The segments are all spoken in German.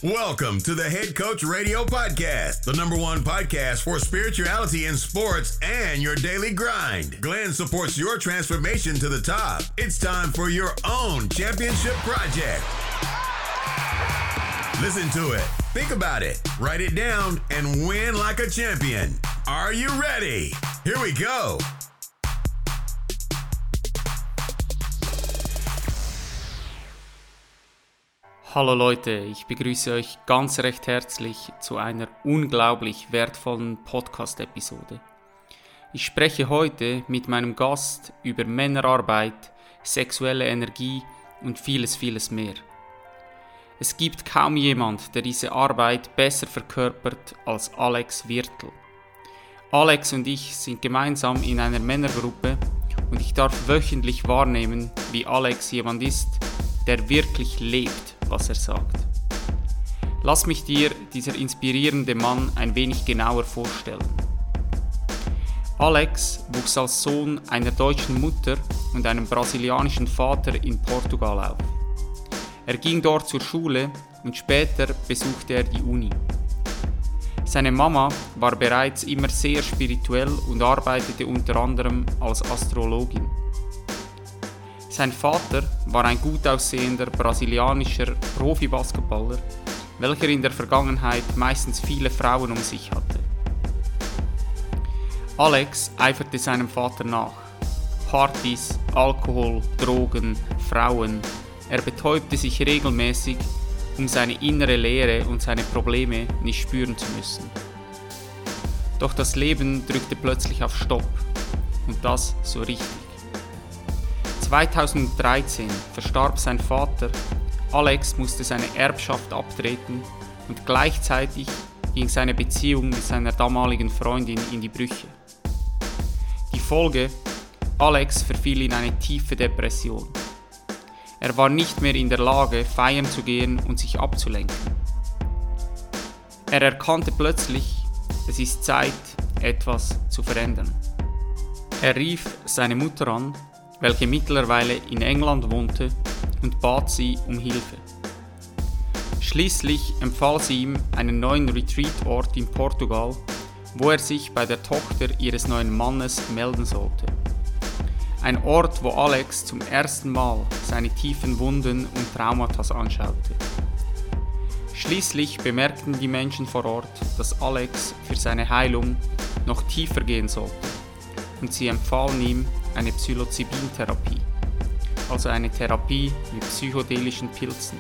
Welcome to the Head Coach Radio Podcast, the #1 podcast for spirituality in sports and your daily grind. Glenn supports your transformation to the top. It's time for your own championship project. Listen to it, think about it, write it down, and win like a champion. Are you ready? Here we go. Hallo Leute, ich begrüße euch ganz recht herzlich zu einer unglaublich wertvollen Podcast-Episode. Ich spreche heute mit meinem Gast über Männerarbeit, sexuelle Energie und vieles mehr. Es gibt kaum jemand, der diese Arbeit besser verkörpert als Alex Wirtl. Alex und ich sind gemeinsam in einer Männergruppe und ich darf wöchentlich wahrnehmen, wie Alex jemand ist, der wirklich lebt, was er sagt. Lass mich dir dieser inspirierende Mann ein wenig genauer vorstellen. Alex wuchs als Sohn einer deutschen Mutter und einem brasilianischen Vater in Portugal auf. Er ging dort zur Schule und später besuchte er die Uni. Seine Mama war bereits immer sehr spirituell und arbeitete unter anderem als Astrologin. Sein Vater war ein gut aussehender brasilianischer Profi-Basketballer, welcher in der Vergangenheit meistens viele Frauen um sich hatte. Alex eiferte seinem Vater nach. Partys, Alkohol, Drogen, Frauen. Er betäubte sich regelmäßig, um seine innere Leere und seine Probleme nicht spüren zu müssen. Doch das Leben drückte plötzlich auf Stopp. Und das so richtig. 2013 verstarb sein Vater, Alex musste seine Erbschaft abtreten und gleichzeitig ging seine Beziehung mit seiner damaligen Freundin in die Brüche. Die Folge: Alex verfiel in eine tiefe Depression. Er war nicht mehr in der Lage, feiern zu gehen und sich abzulenken. Er erkannte plötzlich, es ist Zeit, etwas zu verändern. Er rief seine Mutter an, welche mittlerweile in England wohnte, und bat sie um Hilfe. Schließlich empfahl sie ihm einen neuen Retreat-Ort in Portugal, wo er sich bei der Tochter ihres neuen Mannes melden sollte. Ein Ort, wo Alex zum ersten Mal seine tiefen Wunden und Traumata anschaute. Schließlich bemerkten die Menschen vor Ort, dass Alex für seine Heilung noch tiefer gehen sollte, und sie empfahlen ihm eine Psilocybin-Therapie, also eine Therapie mit psychedelischen Pilzen.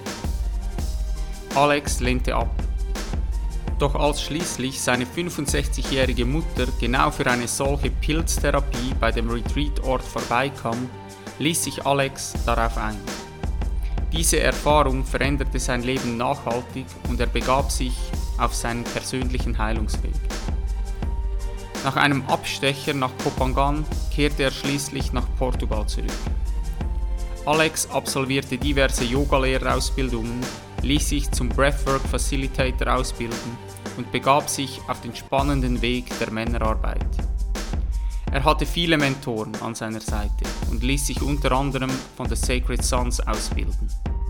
Alex lehnte ab. Doch als schließlich seine 65-jährige Mutter genau für eine solche Pilztherapie bei dem Retreat-Ort vorbeikam, ließ sich Alex darauf ein. Diese Erfahrung veränderte sein Leben nachhaltig und er begab sich auf seinen persönlichen Heilungsweg. Nach einem Abstecher nach Kopangan kehrte er schließlich nach Portugal zurück. Alex absolvierte diverse Yogalehrerausbildungen, ließ sich zum Breathwork Facilitator ausbilden und begab sich auf den spannenden Weg der Männerarbeit. Er hatte viele Mentoren an seiner Seite und ließ sich unter anderem von The Sacred Sons ausbilden.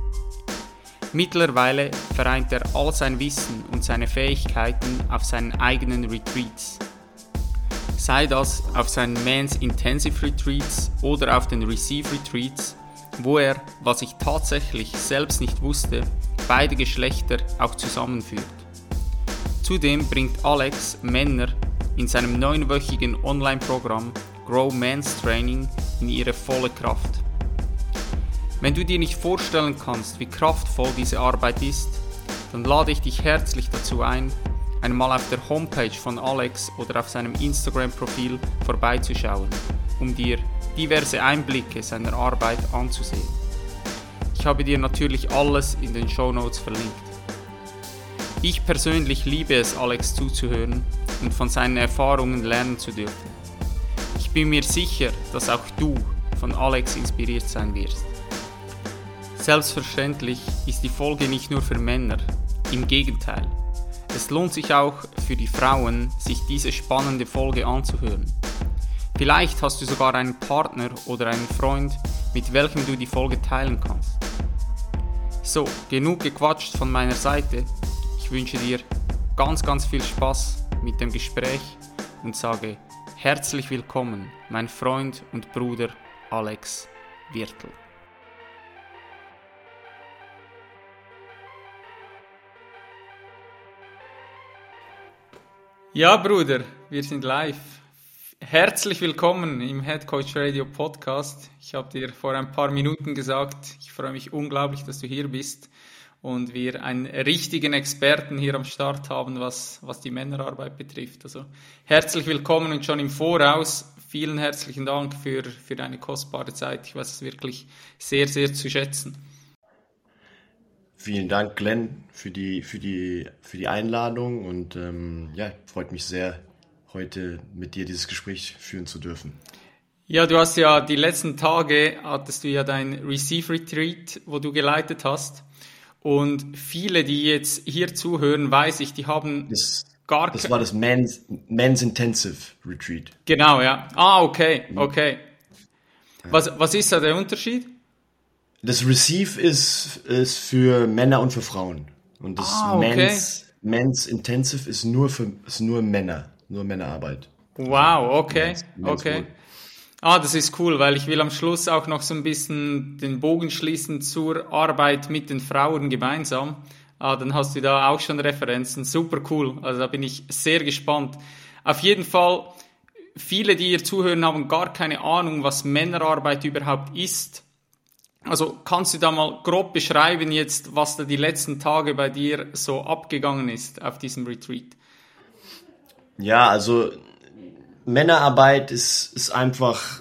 Mittlerweile vereint er all sein Wissen und seine Fähigkeiten auf seinen eigenen Retreats. Sei das auf seinen Men's Intensive Retreats oder auf den Receive Retreats, wo er, was ich tatsächlich selbst nicht wusste, beide Geschlechter auch zusammenführt. Zudem bringt Alex Männer in seinem 9-wöchigen Online-Programm Grow Men's Training in ihre volle Kraft. Wenn du dir nicht vorstellen kannst, wie kraftvoll diese Arbeit ist, dann lade ich dich herzlich dazu ein, einmal auf der Homepage von Alex oder auf seinem Instagram-Profil vorbeizuschauen, um dir diverse Einblicke seiner Arbeit anzusehen. Ich habe dir natürlich alles in den Shownotes verlinkt. Ich persönlich liebe es, Alex zuzuhören und von seinen Erfahrungen lernen zu dürfen. Ich bin mir sicher, dass auch du von Alex inspiriert sein wirst. Selbstverständlich ist die Folge nicht nur für Männer, im Gegenteil. Es lohnt sich auch für die Frauen, sich diese spannende Folge anzuhören. Vielleicht hast du sogar einen Partner oder einen Freund, mit welchem du die Folge teilen kannst. So, genug gequatscht von meiner Seite. Ich wünsche dir ganz, ganz viel Spaß mit dem Gespräch und sage herzlich willkommen, mein Freund und Bruder Alex Wirtl. Ja, Bruder, wir sind live. Herzlich willkommen im Head Coach Radio Podcast. Ich habe dir vor ein paar Minuten gesagt, ich freue mich unglaublich, dass du hier bist und wir einen richtigen Experten hier am Start haben, was die Männerarbeit betrifft. Also herzlich willkommen und schon im Voraus vielen herzlichen Dank für deine kostbare Zeit. Ich weiß es wirklich sehr, sehr zu schätzen. Vielen Dank, Glenn, für die Einladung und freut mich sehr, heute mit dir dieses Gespräch führen zu dürfen. Ja, du hast ja die letzten Tage, hattest du ja dein Receive Retreat, wo du geleitet hast, und viele, die jetzt hier zuhören, weiß ich, die haben das war das Men's Intensive Retreat. Genau, ja. Okay. Was ist da der Unterschied? Das Receive ist für Männer und für Frauen. Und das Men's Intensive ist nur Männer, nur Männerarbeit. Wow, okay. Men's Okay. Das ist cool, weil ich will am Schluss auch noch so ein bisschen den Bogen schließen zur Arbeit mit den Frauen gemeinsam. Dann hast du da auch schon Referenzen. Super cool. Also da bin ich sehr gespannt. Auf jeden Fall, viele, die hier zuhören, haben gar keine Ahnung, was Männerarbeit überhaupt ist. Also kannst du da mal grob beschreiben jetzt, was da die letzten Tage bei dir so abgegangen ist auf diesem Retreat? Ja, also Männerarbeit ist einfach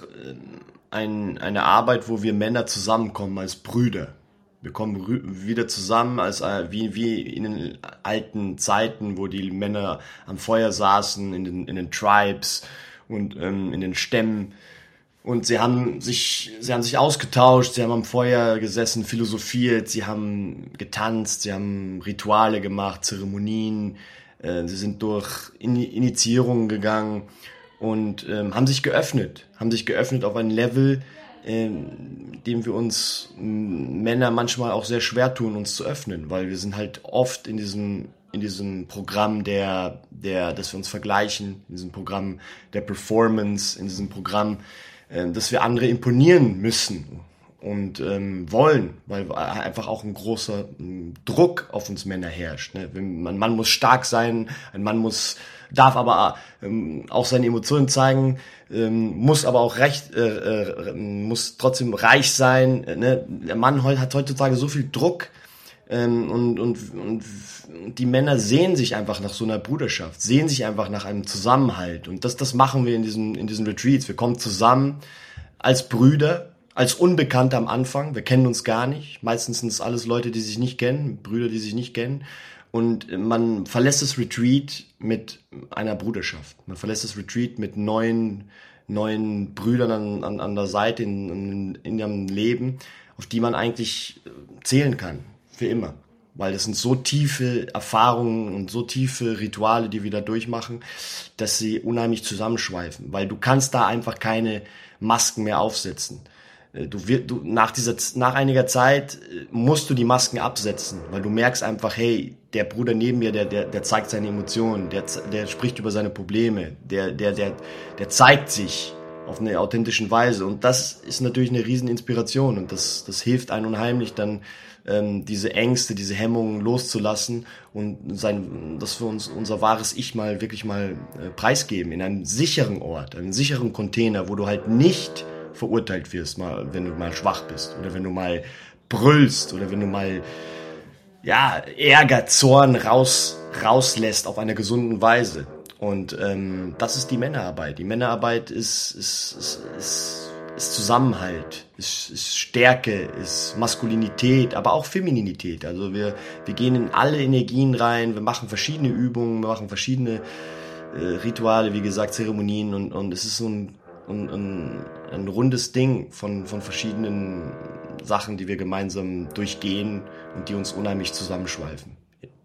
eine Arbeit, wo wir Männer zusammenkommen als Brüder. Wir kommen wieder zusammen als wie in den alten Zeiten, wo die Männer am Feuer saßen, in den Tribes und in den Stämmen. Und sie haben sich ausgetauscht, sie haben am Feuer gesessen, philosophiert, sie haben getanzt, sie haben Rituale gemacht, Zeremonien, sie sind durch Initiierungen gegangen und haben sich geöffnet auf ein Level, dem wir uns Männer manchmal auch sehr schwer tun, uns zu öffnen, weil wir sind halt oft in diesem Programm dass wir uns vergleichen, in diesem Programm der Performance, in diesem Programm, dass wir andere imponieren müssen und wollen, weil einfach auch ein großer Druck auf uns Männer herrscht. Ne? Ein Mann muss stark sein, ein Mann darf aber auch seine Emotionen zeigen, muss aber auch muss trotzdem reich sein. Ne? Der Mann hat heutzutage so viel Druck, und die Männer sehen sich einfach nach so einer Bruderschaft, sehen sich einfach nach einem Zusammenhalt. Und das machen wir in diesen Retreats. Wir kommen zusammen als Brüder, als Unbekannte am Anfang. Wir kennen uns gar nicht. Meistens sind es alles Leute, die sich nicht kennen, Brüder, die sich nicht kennen. Und man verlässt das Retreat mit einer Bruderschaft. Man verlässt das Retreat mit neuen Brüdern an der Seite in ihrem Leben, auf die man eigentlich zählen kann. Für immer. Weil das sind so tiefe Erfahrungen und so tiefe Rituale, die wir da durchmachen, dass sie unheimlich zusammenschweifen. Weil du kannst da einfach keine Masken mehr aufsetzen. Nach einiger Zeit musst du die Masken absetzen, weil du merkst einfach, hey, der Bruder neben mir, der zeigt seine Emotionen, der spricht über seine Probleme, der zeigt sich auf eine authentische Weise. Und das ist natürlich eine riesen Inspiration und das hilft einem unheimlich dann, diese Ängste, diese Hemmungen loszulassen und dass wir uns unser wahres Ich wirklich mal preisgeben in einem sicheren Ort, einem sicheren Container, wo du halt nicht verurteilt wirst, wenn du mal schwach bist oder wenn du mal brüllst oder wenn du mal Ärger, Zorn rauslässt auf einer gesunden Weise. Und das ist die Männerarbeit. Die Männerarbeit ist Zusammenhalt, ist Stärke, ist Maskulinität, aber auch Femininität. Also wir gehen in alle Energien rein, wir machen verschiedene Übungen, wir machen verschiedene Rituale, wie gesagt, Zeremonien und es ist so ein rundes Ding von verschiedenen Sachen, die wir gemeinsam durchgehen und die uns unheimlich zusammenschweifen,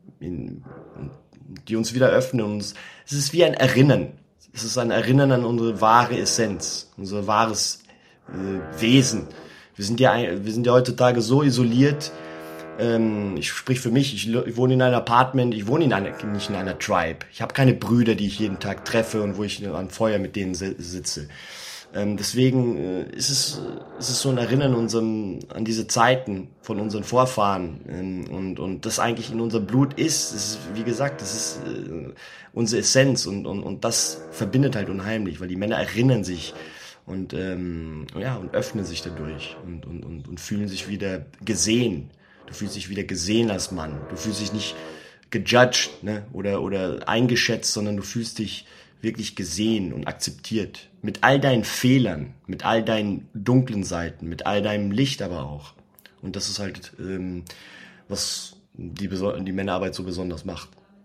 die uns wieder öffnen. Und es ist wie ein Erinnern. Es ist ein Erinnern an unsere wahre Essenz, unser wahres Wesen. Wir sind ja heutzutage so isoliert, Ich sprich für mich, ich wohne in einem Apartment, ich wohne nicht in einer Tribe. Ich habe keine Brüder, die ich jeden Tag treffe und wo ich am Feuer mit denen sitze. Deswegen ist es so ein Erinnern an diese Zeiten von unseren Vorfahren und das eigentlich in unserem Blut ist. Das ist, wie gesagt, das ist unsere Essenz und das verbindet halt unheimlich, weil die Männer erinnern sich und öffnen sich dadurch und fühlen sich wieder gesehen. Du fühlst dich wieder gesehen als Mann. Du fühlst dich nicht gejudged, ne, oder eingeschätzt, sondern du fühlst dich wirklich gesehen und akzeptiert. Mit all deinen Fehlern, mit all deinen dunklen Seiten, mit all deinem Licht aber auch. Und das ist halt, was die Männerarbeit so besonders macht.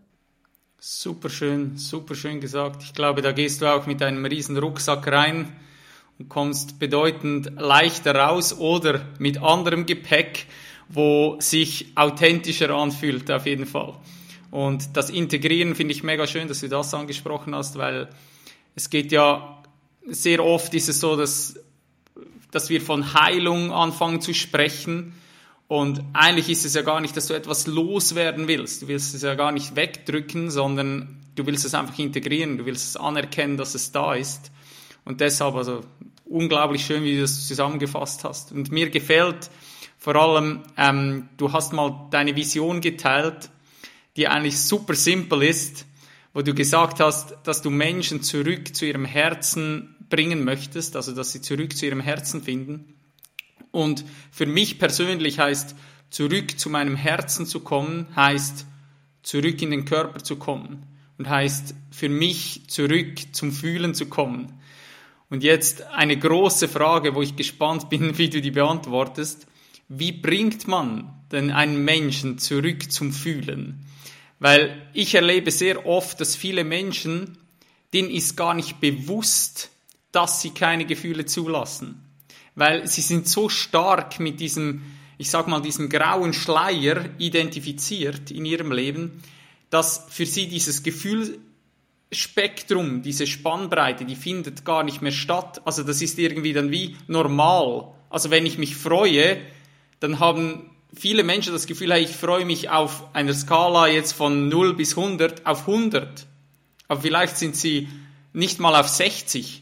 Super schön gesagt. Ich glaube, da gehst du auch mit einem riesen Rucksack rein und kommst bedeutend leichter raus oder mit anderem Gepäck, wo sich authentischer anfühlt, auf jeden Fall. Und das Integrieren finde ich mega schön, dass du das angesprochen hast, weil es geht ja sehr oft ist es so, dass wir von Heilung anfangen zu sprechen und eigentlich ist es ja gar nicht, dass du etwas loswerden willst. Du willst es ja gar nicht wegdrücken, sondern du willst es einfach integrieren, du willst es anerkennen, dass es da ist. Und deshalb also unglaublich schön, wie du das zusammengefasst hast. Und mir gefällt vor allem, du hast mal deine Vision geteilt, die eigentlich super simpel ist, wo du gesagt hast, dass du Menschen zurück zu ihrem Herzen bringen möchtest, also dass sie zurück zu ihrem Herzen finden. Und für mich persönlich heißt, zurück zu meinem Herzen zu kommen, heißt, zurück in den Körper zu kommen und heißt, für mich zurück zum Fühlen zu kommen. Und jetzt eine große Frage, wo ich gespannt bin, wie du die beantwortest. Wie bringt man denn einen Menschen zurück zum Fühlen? Weil ich erlebe sehr oft, dass viele Menschen, denen ist gar nicht bewusst, dass sie keine Gefühle zulassen. Weil sie sind so stark mit diesem, ich sag mal, diesem grauen Schleier identifiziert in ihrem Leben, dass für sie dieses Gefühlsspektrum, diese Spannbreite, die findet gar nicht mehr statt. Also das ist irgendwie dann wie normal. Also wenn ich mich freue, dann haben viele Menschen das Gefühl, hey, ich freue mich auf einer Skala jetzt von 0 bis 100 auf 100. Aber vielleicht sind sie nicht mal auf 60.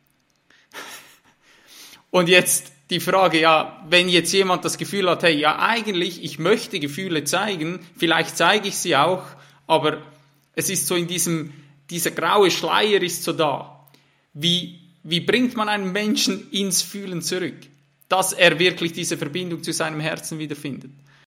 Und jetzt die Frage, ja, wenn jetzt jemand das Gefühl hat, hey, ja, eigentlich, ich möchte Gefühle zeigen, vielleicht zeige ich sie auch, aber es ist so in dieser graue Schleier ist so da. Wie bringt man einen Menschen ins Fühlen zurück? Dass er wirklich diese Verbindung zu seinem Herzen wiederfindet?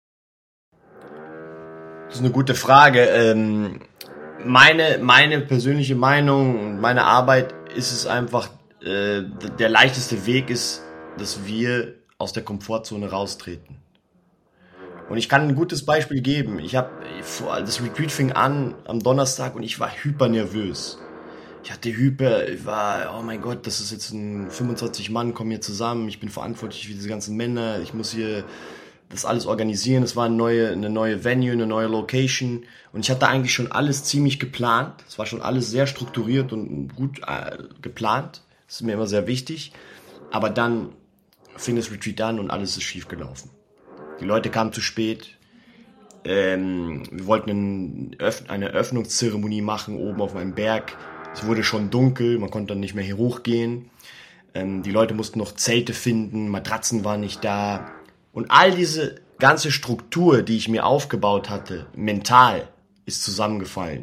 Das ist eine gute Frage. Meine persönliche Meinung und meine Arbeit ist es einfach, der leichteste Weg ist, dass wir aus der Komfortzone raustreten. Und ich kann ein gutes Beispiel geben. Das Retreat fing an am Donnerstag und ich war hyper nervös. Ich war, oh mein Gott, das ist jetzt 25 Mann kommen hier zusammen, ich bin verantwortlich für diese ganzen Männer, ich muss hier das alles organisieren, es war eine neue Venue, eine neue Location und ich hatte eigentlich schon alles ziemlich geplant, es war schon alles sehr strukturiert und gut geplant, das ist mir immer sehr wichtig, aber dann fing das Retreat an und alles ist schief gelaufen. Die Leute kamen zu spät, wir wollten eine Eröffnungszeremonie machen oben auf einem Berg. Es wurde schon dunkel, man konnte dann nicht mehr hier hochgehen. Die Leute mussten noch Zelte finden, Matratzen waren nicht da. Und all diese ganze Struktur, die ich mir aufgebaut hatte, mental, ist zusammengefallen.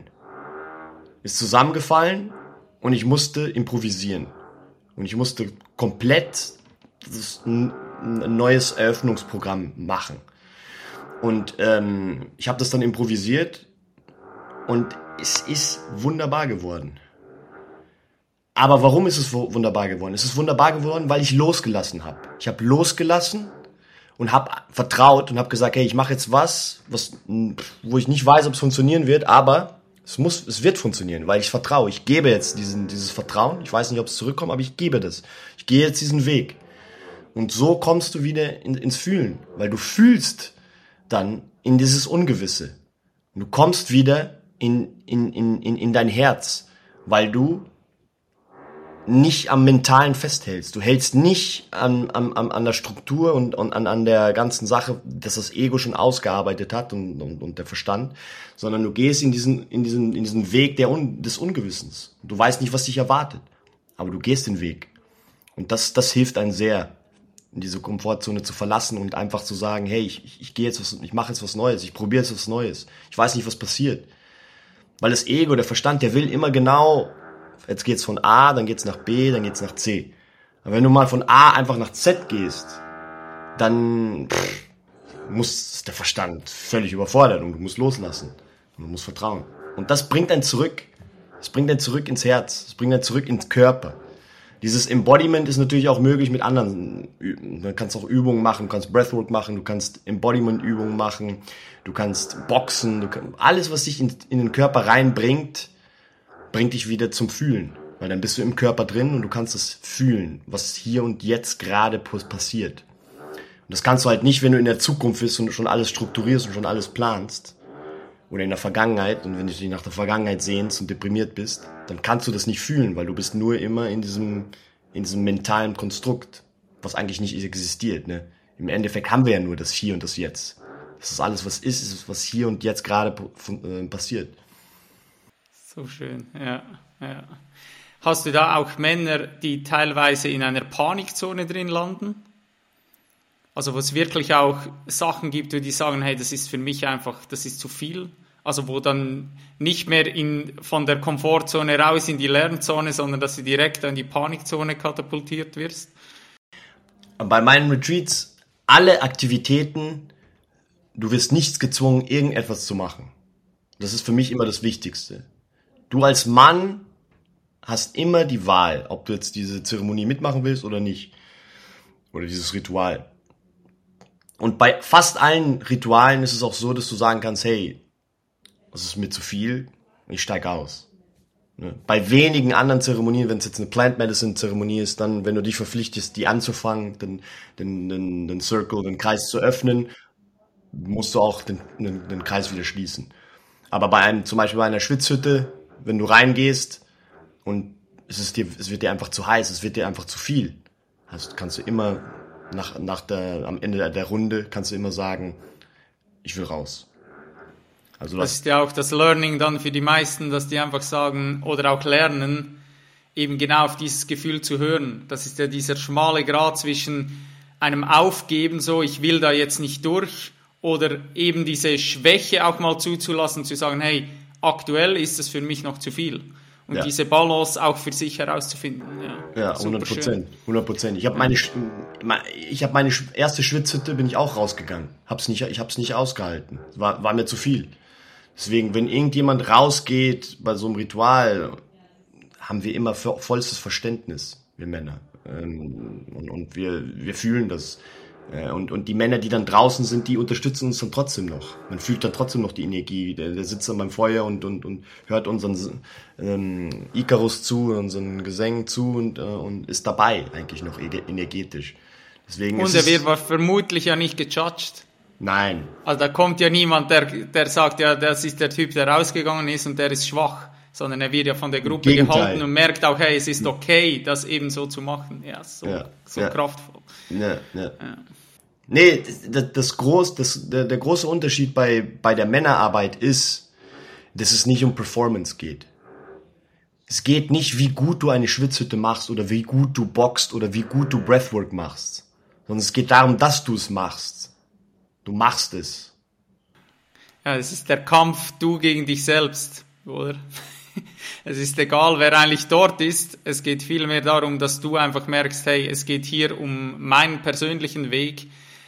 Und ich musste improvisieren. Und ich musste komplett ein neues Eröffnungsprogramm machen. Und ich habe das dann improvisiert und es ist wunderbar geworden. Aber warum ist es wunderbar geworden? Es ist wunderbar geworden, weil ich losgelassen habe. Ich habe losgelassen und habe vertraut und habe gesagt, hey, ich mache jetzt was, wo ich nicht weiß, ob es funktionieren wird, aber es wird funktionieren, weil ich vertraue. Ich gebe jetzt dieses Vertrauen. Ich weiß nicht, ob es zurückkommt, aber ich gebe das. Ich gehe jetzt diesen Weg. Und so kommst du wieder ins Fühlen, weil du fühlst dann in dieses Ungewisse. Und du kommst wieder in dein Herz, weil du nicht am Mentalen festhältst. Du hältst nicht an der Struktur und an der ganzen Sache, dass das Ego schon ausgearbeitet hat und der Verstand, sondern du gehst in diesen Weg des Ungewissens. Du weißt nicht, was dich erwartet, aber du gehst den Weg. Und das hilft einem sehr, in diese Komfortzone zu verlassen und einfach zu sagen, hey, ich mache jetzt was Neues, ich probiere jetzt was Neues. Ich weiß nicht, was passiert. Weil das Ego, der Verstand, der will immer genau, jetzt geht's von A, dann geht's nach B, dann geht's nach C. Aber wenn du mal von A einfach nach Z gehst, dann muss der Verstand völlig überfordert und du musst loslassen. Und du musst vertrauen. Und das bringt einen zurück. Das bringt einen zurück ins Herz. Das bringt einen zurück ins Körper. Dieses Embodiment ist natürlich auch möglich mit anderen. Du kannst auch Übungen machen, du kannst Breathwork machen, du kannst Embodiment-Übungen machen, du kannst boxen, alles, was dich in den Körper reinbringt, bringt dich wieder zum Fühlen. Weil dann bist du im Körper drin und du kannst es fühlen, was hier und jetzt gerade passiert. Und das kannst du halt nicht, wenn du in der Zukunft bist und schon alles strukturierst und schon alles planst. Oder in der Vergangenheit, und wenn du dich nach der Vergangenheit sehnst und deprimiert bist, dann kannst du das nicht fühlen, weil du bist nur immer in diesem mentalen Konstrukt, was eigentlich nicht existiert. Ne? Im Endeffekt haben wir ja nur das Hier und das Jetzt. Das ist alles, was ist, was hier und jetzt gerade passiert. So schön, ja. Hast du da auch Männer, die teilweise in einer Panikzone drin landen? Also wo es wirklich auch Sachen gibt, wo die sagen, hey, das ist für mich einfach, das ist zu viel. Also wo dann nicht mehr von der Komfortzone raus in die Lernzone, sondern dass du direkt in die Panikzone katapultiert wirst. Bei meinen Retreats, alle Aktivitäten, du wirst nichts gezwungen, irgendetwas zu machen. Das ist für mich immer das Wichtigste. Du als Mann hast immer die Wahl, ob du jetzt diese Zeremonie mitmachen willst oder nicht. Oder dieses Ritual. Und bei fast allen Ritualen ist es auch so, dass du sagen kannst, hey, das ist mir zu viel, ich steige aus. Bei wenigen anderen Zeremonien, wenn es jetzt eine Plant Medicine Zeremonie ist, dann, wenn du dich verpflichtest, die anzufangen, den Circle, den Kreis zu öffnen, musst du auch den Kreis wieder schließen. Aber zum Beispiel bei einer Schwitzhütte, wenn du reingehst und es wird dir einfach zu heiß, es wird dir einfach zu viel, also kannst du immer am Ende der Runde kannst du immer sagen, ich will raus. Also das ist ja auch das Learning dann für die meisten, dass die einfach sagen oder auch lernen, eben genau auf dieses Gefühl zu hören. Das ist ja dieser schmale Grat zwischen einem Aufgeben, so ich will da jetzt nicht durch, oder eben diese Schwäche auch mal zuzulassen, zu sagen, hey, aktuell ist es für mich noch zu viel. Und diese Balance auch für sich herauszufinden. Ja, 100%. 100%. Ich habe meine erste Schwitzhütte, bin ich auch rausgegangen. Ich hab's nicht ausgehalten. War mir zu viel. Deswegen, wenn irgendjemand rausgeht bei so einem Ritual, haben wir immer vollstes Verständnis, wir Männer. Und wir fühlen das. Und die Männer, die dann draußen sind, die unterstützen uns dann trotzdem noch. Man fühlt dann trotzdem noch die Energie. Der sitzt dann beim Feuer und hört unseren Ikarus zu, unseren Gesängen zu und ist dabei eigentlich noch energetisch. Deswegen und er wird vermutlich ja nicht gejudged. Nein. Also da kommt ja niemand, der sagt, ja, das ist der Typ, der rausgegangen ist und der ist schwach. Sondern er wird ja von der Gruppe gehalten und merkt auch, hey, es ist okay, das eben so zu machen. Ja, so kraftvoll. Ja. Nee, der große Unterschied bei der Männerarbeit ist, dass es nicht um Performance geht. Es geht nicht, wie gut du eine Schwitzhütte machst oder wie gut du boxst oder wie gut du Breathwork machst. Sondern es geht darum, dass du es machst. Du machst es. Ja, es ist der Kampf, du gegen dich selbst, oder? Es ist egal, wer eigentlich dort ist. Es geht vielmehr darum, dass du einfach merkst, hey, es geht hier um meinen persönlichen Weg,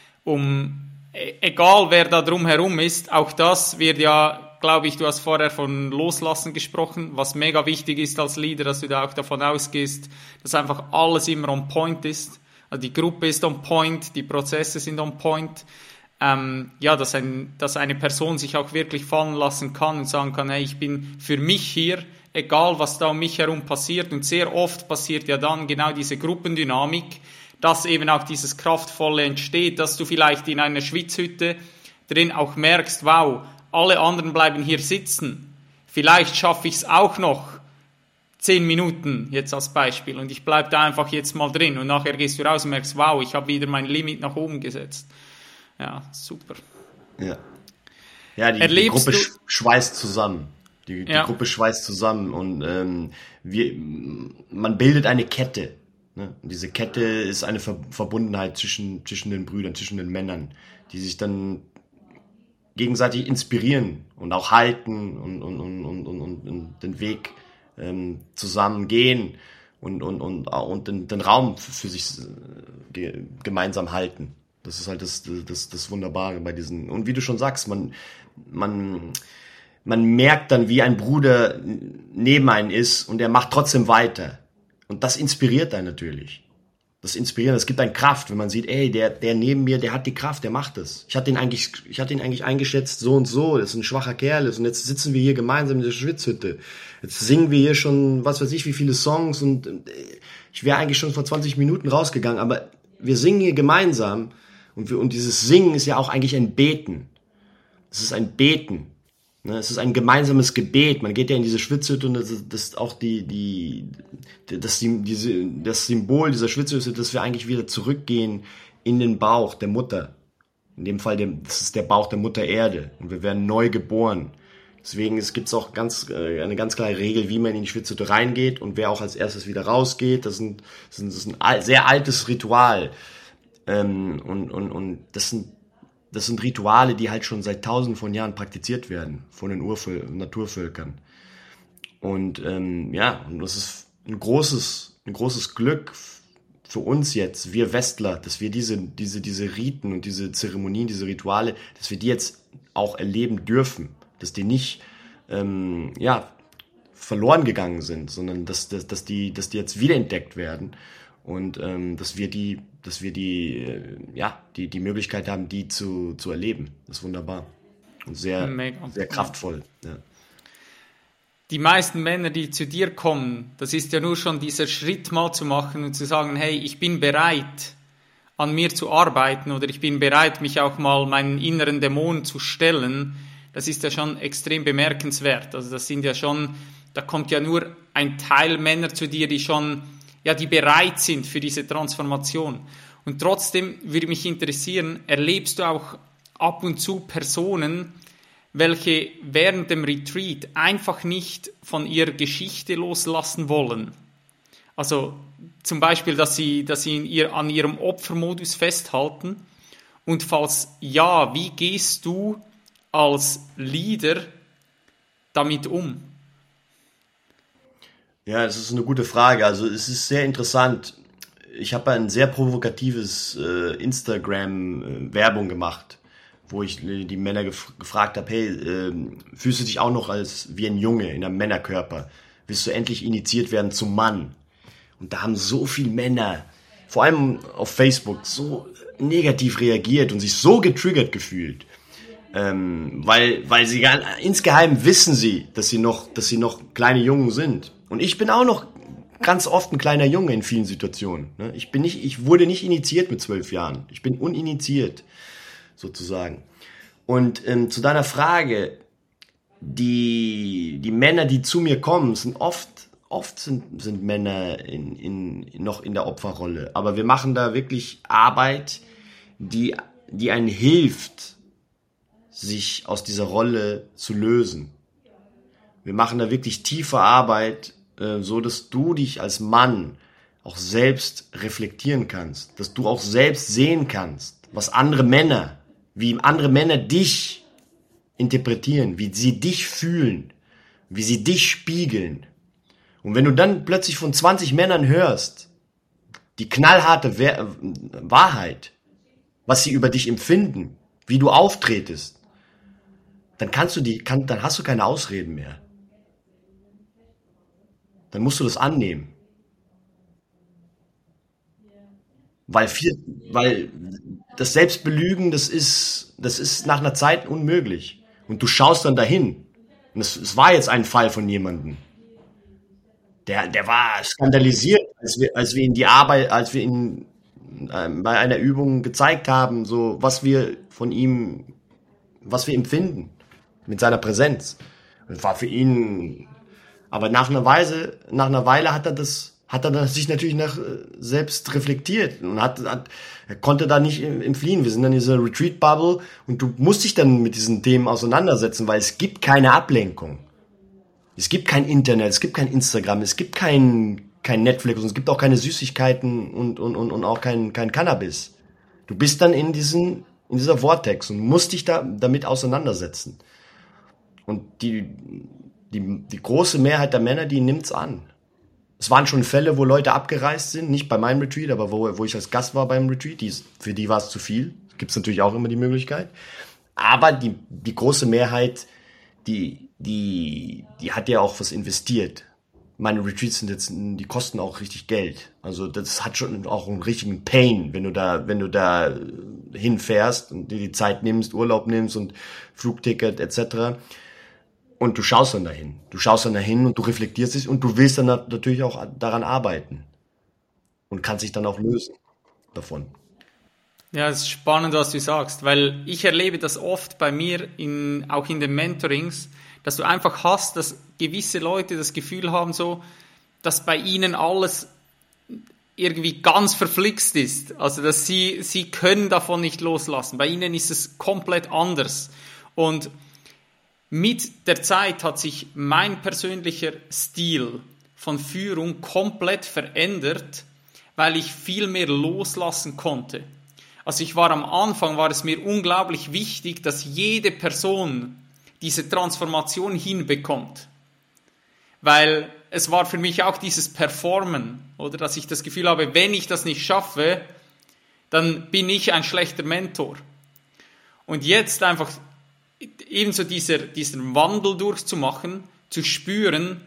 egal wer da drumherum ist. Auch das wird ja, glaube ich, du hast vorher von Loslassen gesprochen, was mega wichtig ist als Leader, dass du da auch davon ausgehst, dass einfach alles immer on point ist. Also die Gruppe ist on point, die Prozesse sind on point. Dass eine Person sich auch wirklich fallen lassen kann und sagen kann, hey, ich bin für mich hier, egal was da um mich herum passiert. Und sehr oft passiert ja dann genau diese Gruppendynamik, dass eben auch dieses Kraftvolle entsteht, dass du vielleicht in einer Schwitzhütte drin auch merkst, wow, alle anderen bleiben hier sitzen. Vielleicht schaffe ich es auch noch, 10 Minuten jetzt als Beispiel und ich bleibe da einfach jetzt mal drin und nachher gehst du raus und merkst, wow, ich habe wieder mein Limit nach oben gesetzt. Ja, super. Ja, die Gruppe schweißt zusammen. Die Gruppe schweißt zusammen und man bildet eine Kette. Ne? Und diese Kette ist eine Verbundenheit zwischen den Brüdern, zwischen den Männern, die sich dann gegenseitig inspirieren und auch halten und den Weg zusammen gehen und den Raum für sich gemeinsam halten. Das ist halt das Wunderbare bei diesen. Und wie du schon sagst, man merkt dann, wie ein Bruder neben einem ist und er macht trotzdem weiter. Und das inspiriert einen natürlich. Das gibt einen Kraft, wenn man sieht, ey, der neben mir, der hat die Kraft, der macht das. Ich hatte ihn eigentlich eingeschätzt, so und so, das ist ein schwacher Kerl und jetzt sitzen wir hier gemeinsam in der Schwitzhütte. Jetzt singen wir hier schon, was weiß ich, wie viele Songs und ich wäre eigentlich schon vor 20 Minuten rausgegangen, aber wir singen hier gemeinsam und dieses Singen ist ja auch eigentlich ein Beten. Es ist ein Beten. Es ist ein gemeinsames Gebet. Man geht ja in diese Schwitzhütte und das ist auch das Symbol dieser Schwitzhütte, dass wir eigentlich wieder zurückgehen in den Bauch der Mutter. In dem Fall, das ist der Bauch der Mutter Erde. Und wir werden neu geboren. Deswegen gibt es auch eine ganz klare Regel, wie man in die Schwitzhütte reingeht und wer auch als erstes wieder rausgeht. Das ist ein sehr altes Ritual. Und das sind Rituale, die halt schon seit tausenden von Jahren praktiziert werden von den Naturvölkern. Und und das ist ein großes Glück für uns jetzt, wir Westler, dass wir diese Riten und diese Zeremonien, diese Rituale, dass wir die jetzt auch erleben dürfen, dass die nicht verloren gegangen sind, sondern dass die jetzt wiederentdeckt werden und dass wir die Möglichkeit haben, die zu erleben. Das ist wunderbar und sehr kraftvoll. Ja. Die meisten Männer, die zu dir kommen, das ist ja nur schon dieser Schritt mal zu machen und zu sagen, hey, ich bin bereit, an mir zu arbeiten oder ich bin bereit, mich auch mal meinen inneren Dämonen zu stellen. Das ist ja schon extrem bemerkenswert. Also das sind ja schon, da kommt ja nur ein Teil Männer zu dir, die schon, die bereit sind für diese Transformation. Und trotzdem würde mich interessieren, erlebst du auch ab und zu Personen, welche während dem Retreat einfach nicht von ihrer Geschichte loslassen wollen? Also zum Beispiel, dass sie an ihrem Opfermodus festhalten. Und falls ja, wie gehst du als Leader damit um? Ja, das ist eine gute Frage. Also es ist sehr interessant. Ich habe ein sehr provokatives Instagram-Werbung gemacht, wo ich die Männer gefragt habe, hey, fühlst du dich auch noch wie ein Junge in einem Männerkörper? Willst du endlich initiiert werden zum Mann? Und da haben so viele Männer, vor allem auf Facebook, so negativ reagiert und sich so getriggert gefühlt. Weil sie insgeheim wissen sie, dass sie noch kleine Jungen sind. Und ich bin auch noch ganz oft ein kleiner Junge in vielen Situationen. Ich wurde nicht initiiert mit 12 Jahren. Ich bin uninitiiert, sozusagen. Und zu deiner Frage, die Männer, die zu mir kommen, sind oft sind Männer noch in der Opferrolle. Aber wir machen da wirklich Arbeit, die einen hilft, sich aus dieser Rolle zu lösen. Wir machen da wirklich tiefe Arbeit, so dass du dich als Mann auch selbst reflektieren kannst, dass du auch selbst sehen kannst, wie andere Männer dich interpretieren, wie sie dich fühlen, wie sie dich spiegeln. Und wenn du dann plötzlich von 20 Männern hörst, die knallharte Wahrheit, was sie über dich empfinden, wie du auftretest, dann hast du keine Ausreden mehr. Dann musst du das annehmen. Weil das Selbstbelügen, das ist nach einer Zeit unmöglich. Und du schaust dann dahin. Und es war jetzt ein Fall von jemandem. Der war skandalisiert, als wir ihn bei einer Übung gezeigt haben, so was wir empfinden mit seiner Präsenz. Das war für ihn Aber nach einer Weile hat er sich natürlich selbst reflektiert und er konnte da nicht entfliehen. Wir sind in dieser Retreat-Bubble und du musst dich dann mit diesen Themen auseinandersetzen, weil es gibt keine Ablenkung. Es gibt kein Internet, es gibt kein Instagram, es gibt kein Netflix und es gibt auch keine Süßigkeiten und auch kein Cannabis. Du bist dann in dieser Vortex und musst dich damit auseinandersetzen. Und die große Mehrheit der Männer, die nimmt's an. Es waren schon Fälle, wo Leute abgereist sind, nicht bei meinem Retreat, aber wo ich als Gast war beim Retreat, für die war es zu viel. Gibt's natürlich auch immer die Möglichkeit. Aber die große Mehrheit, die hat ja auch was investiert. Meine Retreats die kosten auch richtig Geld. Also das hat schon auch einen richtigen Pain, wenn du da hinfährst und dir die Zeit nimmst, Urlaub nimmst und Flugticket etc. Und du schaust dann dahin. Und du reflektierst es und du willst dann natürlich auch daran arbeiten. Und kannst dich dann auch lösen davon. Ja, es ist spannend, was du sagst, weil ich erlebe das oft bei mir, auch in den Mentorings, dass du einfach hast, dass gewisse Leute das Gefühl haben, so, dass bei ihnen alles irgendwie ganz verflixt ist. Also, dass sie können davon nicht loslassen. Bei ihnen ist es komplett anders. Und mit der Zeit hat sich mein persönlicher Stil von Führung komplett verändert, weil ich viel mehr loslassen konnte. Also am Anfang war es mir unglaublich wichtig, dass jede Person diese Transformation hinbekommt. Weil es war für mich auch dieses Performen, oder dass ich das Gefühl habe, wenn ich das nicht schaffe, dann bin ich ein schlechter Mentor. Und jetzt einfach ebenso diesen Wandel durchzumachen, zu spüren,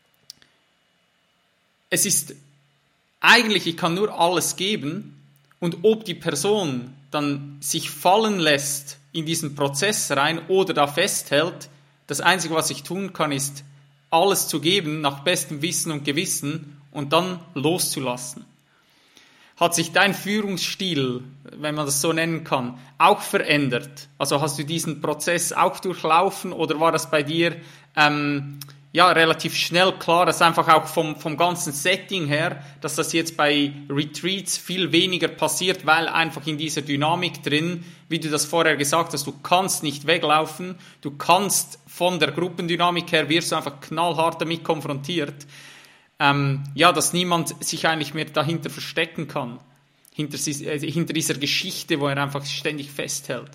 es ist eigentlich, ich kann nur alles geben, und ob die Person dann sich fallen lässt in diesen Prozess rein oder da festhält, das Einzige, was ich tun kann, ist, alles zu geben, nach bestem Wissen und Gewissen und dann loszulassen. Hat sich dein Führungsstil, wenn man das so nennen kann, auch verändert? Also hast du diesen Prozess auch durchlaufen oder war das bei dir relativ schnell klar, dass einfach auch vom ganzen Setting her, dass das jetzt bei Retreats viel weniger passiert, weil einfach in dieser Dynamik drin, wie du das vorher gesagt hast, du kannst nicht weglaufen, du kannst von der Gruppendynamik her, wirst du einfach knallhart damit konfrontiert, dass niemand sich eigentlich mehr dahinter verstecken kann, hinter dieser Geschichte, wo er einfach ständig festhält.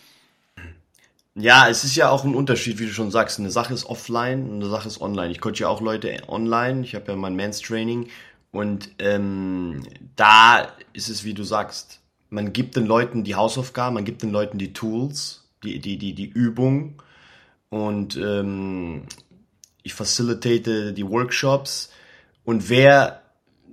Ja, es ist ja auch ein Unterschied, wie du schon sagst. Eine Sache ist offline und eine Sache ist online. Ich coache ja auch Leute online. Ich habe ja mein Men's Training. Und da ist es, wie du sagst, man gibt den Leuten die Hausaufgaben, man gibt den Leuten die Tools, die Übung. Und ich facilitate die Workshops. Und wer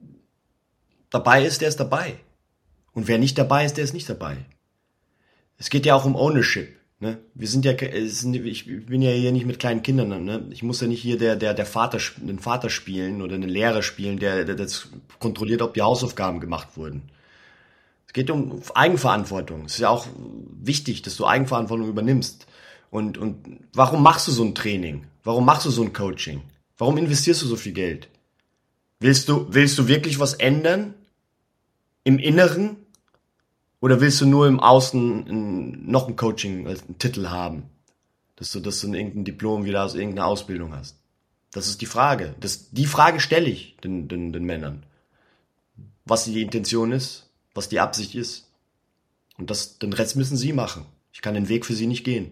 dabei ist, der ist dabei. Und wer nicht dabei ist, der ist nicht dabei. Es geht ja auch um Ownership. Ne? Ich bin ja hier nicht mit kleinen Kindern, ne? Ich muss ja nicht hier den Vater spielen oder den Lehrer spielen, der das kontrolliert, ob die Hausaufgaben gemacht wurden. Es geht um Eigenverantwortung. Es ist ja auch wichtig, dass du Eigenverantwortung übernimmst. Und warum machst du so ein Training? Warum machst du so ein Coaching? Warum investierst du so viel Geld? Willst du wirklich was ändern? Im Inneren? Oder willst du nur im Außen noch ein Coaching als einen Titel haben? Dass du irgendein Diplom wieder aus irgendeiner Ausbildung hast? Das ist die Frage. Die Frage stelle ich den Männern. Was die Intention ist, was die Absicht ist. Und den Rest müssen sie machen. Ich kann den Weg für sie nicht gehen.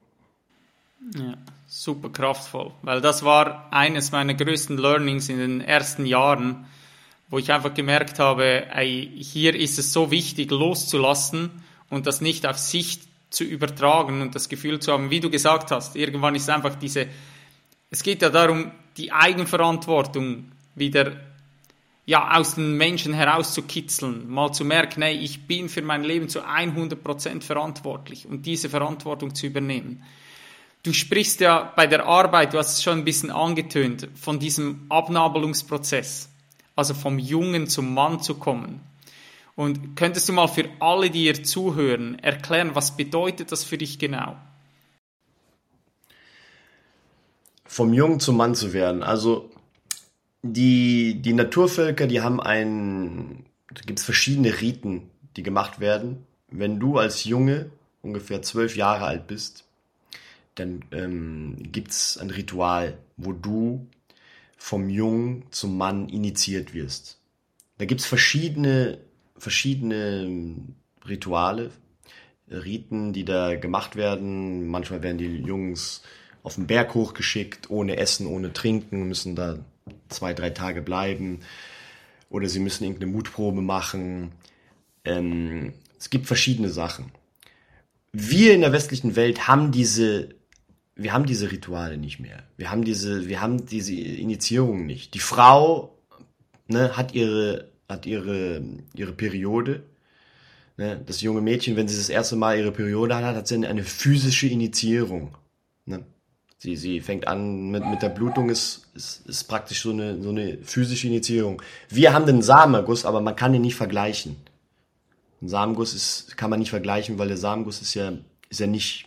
Ja, super kraftvoll. Weil das war eines meiner größten Learnings in den ersten Jahren, wo ich einfach gemerkt habe, hier ist es so wichtig, loszulassen und das nicht auf sich zu übertragen und das Gefühl zu haben, wie du gesagt hast, irgendwann ist einfach es geht ja darum, die Eigenverantwortung wieder aus den Menschen herauszukitzeln, mal zu merken, ich bin für mein Leben zu 100% verantwortlich und diese Verantwortung zu übernehmen. Du sprichst ja bei der Arbeit, du hast es schon ein bisschen angetönt, von diesem Abnabelungsprozess. Also vom Jungen zum Mann zu kommen. Und könntest du mal für alle, die hier zuhören, erklären, was bedeutet das für dich genau? vom Jungen zum Mann zu werden. Also die Naturvölker, da gibt es verschiedene Riten, die gemacht werden. Wenn du als Junge ungefähr 12 Jahre alt bist, dann gibt es ein Ritual, wo du vom Jungen zum Mann initiiert wirst. Da gibt es verschiedene Rituale, Riten, die da gemacht werden. Manchmal werden die Jungs auf den Berg hochgeschickt, ohne Essen, ohne Trinken, müssen da 2-3 Tage bleiben. Oder sie müssen irgendeine Mutprobe machen. Es gibt verschiedene Sachen. Wir in der westlichen Welt haben diese Rituale nicht mehr. Wir haben diese Initiierung nicht. Die Frau, ne, hat ihre Periode. Ne? Das junge Mädchen, wenn sie das erste Mal ihre Periode hat sie eine physische Initiierung. Ne? Sie fängt an mit der Blutung, ist praktisch so eine physische Initiierung. Wir haben den Samenerguss, aber man kann den nicht vergleichen. Ein Samenguss kann man nicht vergleichen, weil der Samenguss ist ja nicht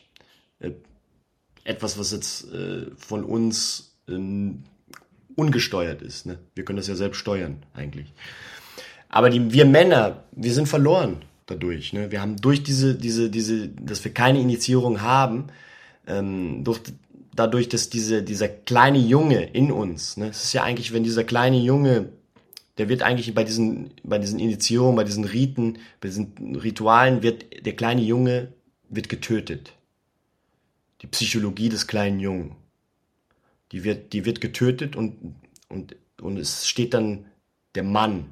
etwas, was jetzt von uns ungesteuert ist. Ne? Wir können das ja selbst steuern eigentlich. Aber wir Männer, wir sind verloren dadurch. Ne? Wir haben durch dass wir keine Initiierung haben, dadurch, dass dieser kleine Junge in uns, ne? Es ist ja eigentlich, wenn dieser kleine Junge, der wird eigentlich bei diesen Initiierungen, bei diesen Riten, bei diesen Ritualen, der kleine Junge wird getötet. Die Psychologie des kleinen Jungen. Die wird getötet und es steht dann der Mann,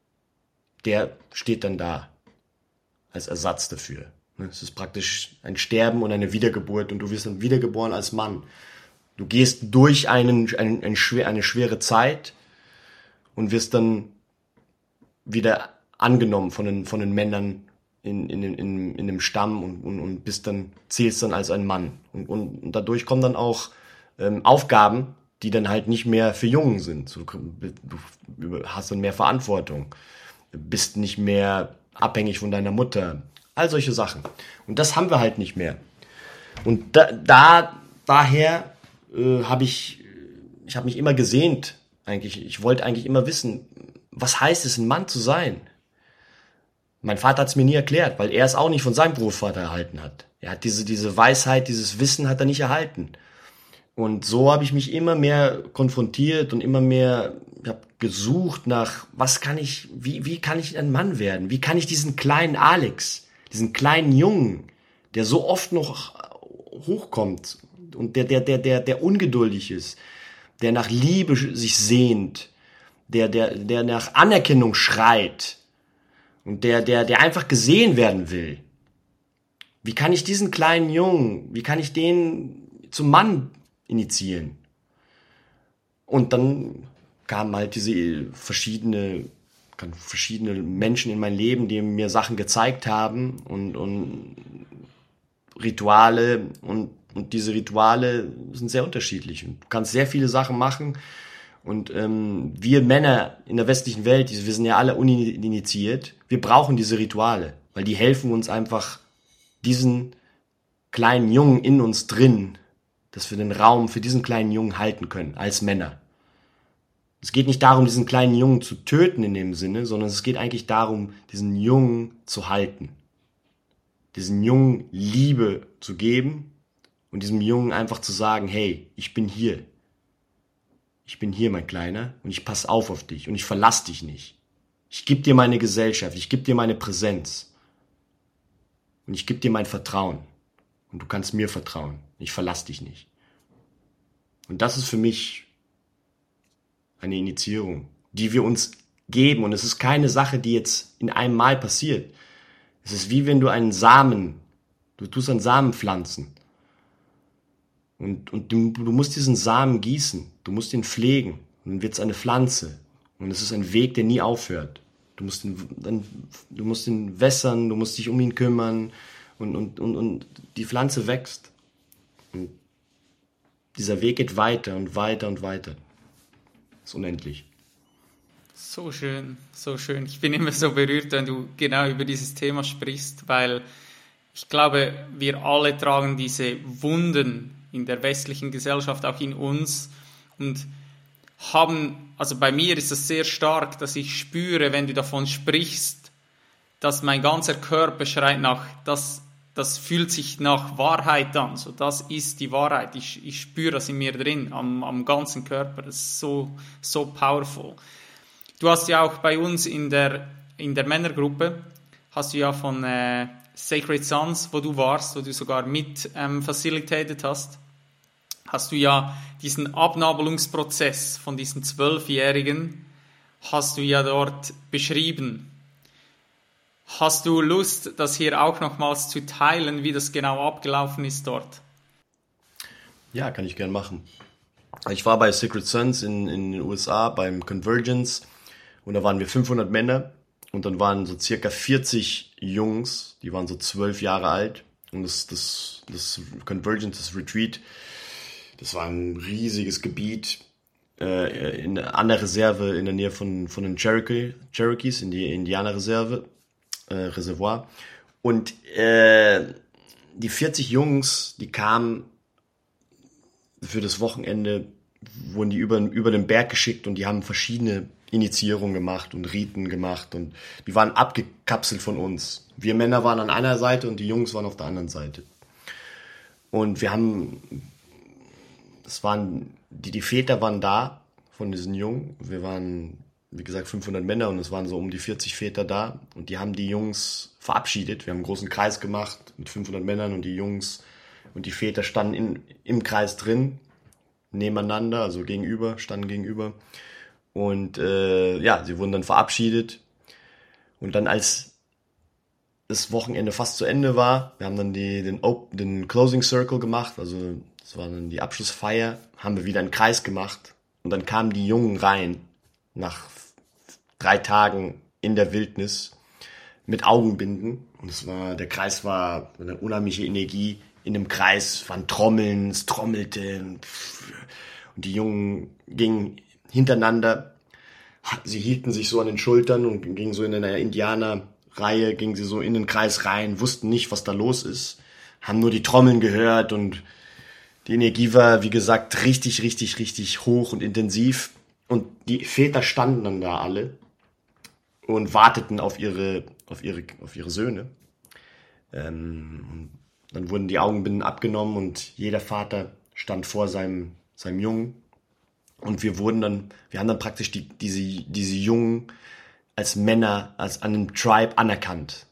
der steht dann da als Ersatz dafür. Es ist praktisch ein Sterben und eine Wiedergeburt und du wirst dann wiedergeboren als Mann. Du gehst durch eine schwere Zeit und wirst dann wieder angenommen von den Männern in dem Stamm und zählst dann als ein Mann. Und dadurch kommen dann auch Aufgaben, die dann halt nicht mehr für Jungen sind. Du hast dann mehr Verantwortung, bist nicht mehr abhängig von deiner Mutter. All solche Sachen. Und das haben wir halt nicht mehr. Und daher habe ich mich immer gesehnt, eigentlich. Ich wollte eigentlich immer wissen, was heißt es, ein Mann zu sein? Mein Vater hat es mir nie erklärt, weil er es auch nicht von seinem Großvater erhalten hat. Er hat diese Weisheit, dieses Wissen hat er nicht erhalten. Und so habe ich mich immer mehr konfrontiert und immer mehr gesucht nach, wie kann ich ein Mann werden? Wie kann ich diesen kleinen Alex, diesen kleinen Jungen, der so oft noch hochkommt und der ungeduldig ist, der nach Liebe sich sehnt, der nach Anerkennung schreit und der einfach gesehen werden will. Wie kann ich diesen kleinen Jungen, wie kann ich den zum Mann initiieren? Und dann kamen halt diese verschiedene Menschen in mein Leben, die mir Sachen gezeigt haben und Rituale und diese Rituale sind sehr unterschiedlich. Du kannst sehr viele Sachen machen und wir Männer in der westlichen Welt, wir sind ja alle uninitiiert, wir brauchen diese Rituale, weil die helfen uns einfach, diesen kleinen Jungen in uns drin, dass wir den Raum für diesen kleinen Jungen halten können, als Männer. Es geht nicht darum, diesen kleinen Jungen zu töten in dem Sinne, sondern es geht eigentlich darum, diesen Jungen zu halten. Diesen Jungen Liebe zu geben und diesem Jungen einfach zu sagen, hey, ich bin hier. Ich bin hier, mein Kleiner, und ich passe auf dich und ich verlasse dich nicht. Ich gebe dir meine Gesellschaft, ich gebe dir meine Präsenz und ich gebe dir mein Vertrauen und du kannst mir vertrauen. Ich verlasse dich nicht. Und das ist für mich eine Initiierung, die wir uns geben. Und es ist keine Sache, die jetzt in einem Mal passiert. Es ist wie wenn du du tust einen Samen pflanzen. Und du musst diesen Samen gießen. Du musst ihn pflegen. Und dann wird es eine Pflanze. Und es ist ein Weg, der nie aufhört. Du musst ihn wässern, du musst dich um ihn kümmern. Und die Pflanze wächst. Und dieser Weg geht weiter und weiter und weiter. Das ist unendlich. So schön, so schön. Ich bin immer so berührt, wenn du genau über dieses Thema sprichst, weil ich glaube, wir alle tragen diese Wunden in der westlichen Gesellschaft, auch in uns, und also bei mir ist es sehr stark, dass ich spüre, wenn du davon sprichst, dass mein ganzer Körper schreit nach, das fühlt sich nach Wahrheit an, so das ist die Wahrheit, ich spüre das in mir drin, am ganzen Körper, das ist so powerful. Du hast ja auch bei uns in der Männergruppe, hast du ja von Sacred Sons, wo du warst, wo du sogar mit facilitated hast du ja diesen Abnabelungsprozess von diesen 12-Jährigen, hast du ja dort beschrieben. Hast du Lust, das hier auch nochmals zu teilen, wie das genau abgelaufen ist dort? Ja, kann ich gerne machen. Ich war bei Sacred Sons in den USA beim Convergence und da waren wir 500 Männer und dann waren so circa 40 Jungs, die waren so 12 Jahre alt und das Convergence, das Retreat, das war ein riesiges Gebiet an der Reserve in der Nähe von den Cherokees, in die Indianerreserve. Reservoir. Und die 40 Jungs, die kamen für das Wochenende, wurden die über den Berg geschickt und die haben verschiedene Initiierungen gemacht und Riten gemacht und die waren abgekapselt von uns. Wir Männer waren an einer Seite und die Jungs waren auf der anderen Seite. Und die Väter waren da von diesen Jungen. Wir waren, wie gesagt, 500 Männer und es waren so um die 40 Väter da und die haben die Jungs verabschiedet. Wir haben einen großen Kreis gemacht mit 500 Männern und die Jungs und die Väter standen im Kreis drin, nebeneinander, also standen gegenüber und sie wurden dann verabschiedet und dann als das Wochenende fast zu Ende war, wir haben dann den Closing Circle gemacht, also das war dann die Abschlussfeier, haben wir wieder einen Kreis gemacht und dann kamen die Jungen rein nach 3 Tagen in der Wildnis mit Augenbinden und der Kreis war eine unheimliche Energie in dem Kreis, waren Trommeln, es trommelte und die Jungen gingen hintereinander, sie hielten sich so an den Schultern und gingen so in einer Indianerreihe, gingen sie so in den Kreis rein, wussten nicht, was da los ist, haben nur die Trommeln gehört und die Energie war, wie gesagt, richtig, richtig, richtig hoch und intensiv. Und die Väter standen dann da alle und warteten auf ihre Söhne. Und dann wurden die Augenbinden abgenommen und jeder Vater stand vor seinem Jungen. Und wir haben dann praktisch diese Jungen als Männer, als an einem Tribe anerkannt.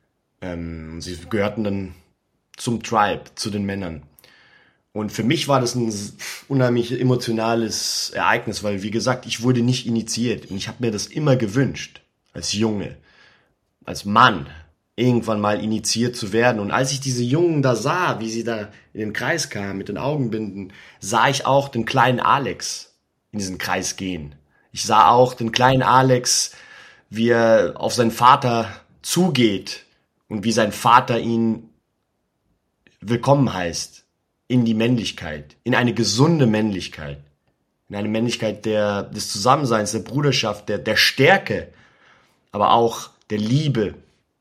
Sie gehörten dann zum Tribe, zu den Männern. Und für mich war das ein unheimlich emotionales Ereignis, weil, wie gesagt, ich wurde nicht initiiert. Und ich habe mir das immer gewünscht, als Junge, als Mann, irgendwann mal initiiert zu werden. Und als ich diese Jungen da sah, wie sie da in den Kreis kamen mit den Augenbinden, sah ich auch den kleinen Alex in diesen Kreis gehen. Ich sah auch den kleinen Alex, wie er auf seinen Vater zugeht und wie sein Vater ihn willkommen heißt. In die Männlichkeit, in eine gesunde Männlichkeit, in eine Männlichkeit des Zusammenseins, der Bruderschaft, der Stärke, aber auch der Liebe,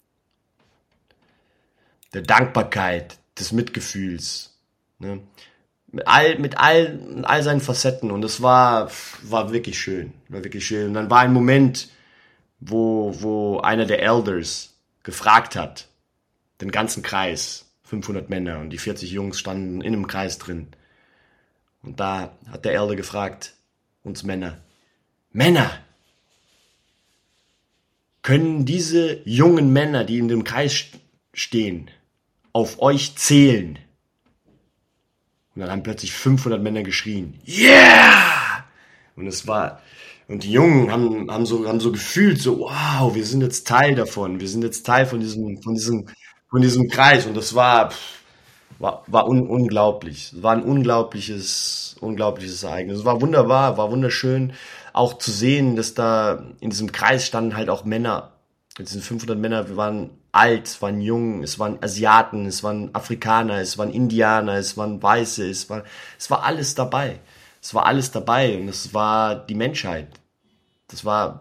der Dankbarkeit, des Mitgefühls, ne? Mit all seinen Facetten und es war wirklich schön, Und dann war ein Moment, wo einer der Elders gefragt hat, den ganzen Kreis, 500 Männer und die 40 Jungs standen in einem Kreis drin. Und da hat der Elder gefragt, uns Männer, können diese jungen Männer, die in dem Kreis stehen, auf euch zählen? Und dann haben plötzlich 500 Männer geschrien, yeah! Und die Jungen haben so gefühlt, so, wow, wir sind jetzt Teil davon, wir sind jetzt Teil von diesem Kreis und das war unglaublich. Es war ein unglaubliches Ereignis. Es war wunderbar, war wunderschön, auch zu sehen, dass da in diesem Kreis standen halt auch Männer. Mit diesen 500 Männer, wir waren alt, es waren jung, es waren Asiaten, es waren Afrikaner, es waren Indianer, es waren Weiße, es war alles dabei. Es war alles dabei und es war die Menschheit. Das war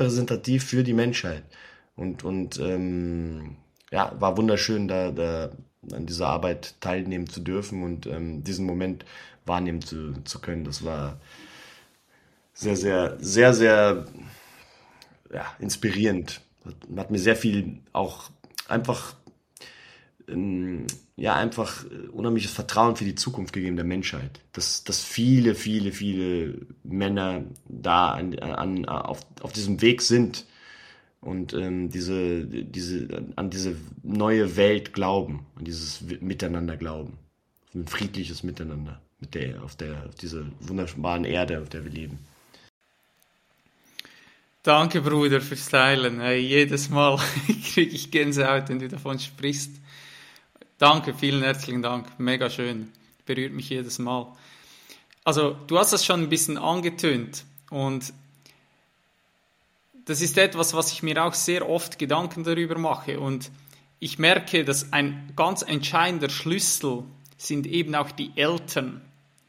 repräsentativ für die Menschheit. Und war wunderschön, da an dieser Arbeit teilnehmen zu dürfen und diesen Moment wahrnehmen zu können. Das war sehr, sehr, sehr, sehr inspirierend. Hat mir sehr viel auch einfach unheimliches Vertrauen für die Zukunft gegeben der Menschheit. Dass viele, viele, viele Männer da auf diesem Weg sind und an diese neue Welt glauben, an dieses Miteinander glauben. Ein friedliches Miteinander auf dieser wunderbaren Erde, auf der wir leben. Danke, Bruder, fürs Teilen. Hey, jedes Mal kriege ich Gänsehaut, wenn du davon sprichst. Danke, vielen herzlichen Dank. Mega schön. Berührt mich jedes Mal. Also, du hast das schon ein bisschen angetönt. Und das ist etwas, was ich mir auch sehr oft Gedanken darüber mache. Und ich merke, dass ein ganz entscheidender Schlüssel sind eben auch die Eltern.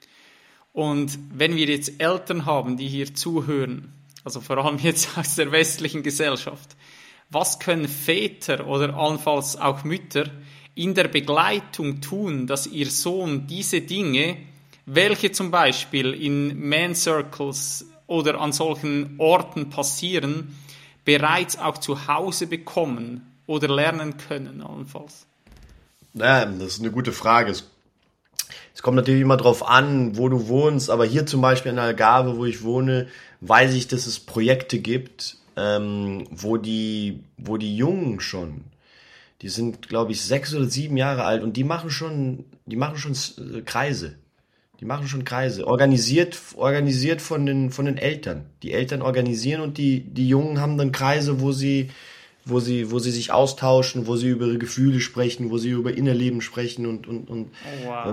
Und wenn wir jetzt Eltern haben, die hier zuhören, also vor allem jetzt aus der westlichen Gesellschaft, was können Väter oder allenfalls auch Mütter in der Begleitung tun, dass ihr Sohn diese Dinge, welche zum Beispiel in Man Circles oder an solchen Orten passieren, bereits auch zu Hause bekommen oder lernen können allenfalls? Ja, das ist eine gute Frage. Es kommt natürlich immer drauf an, wo du wohnst, aber hier zum Beispiel in Algarve, wo ich wohne, weiß ich, dass es Projekte gibt, wo die Jungen schon, die sind, glaube ich, 6 oder 7 Jahre alt und die machen schon Kreise. Die machen schon Kreise. Organisiert von den Eltern. Die Eltern organisieren und die Jungen haben dann Kreise, wo sie sich austauschen, wo sie über ihre Gefühle sprechen, wo sie über Innerleben sprechen und wow.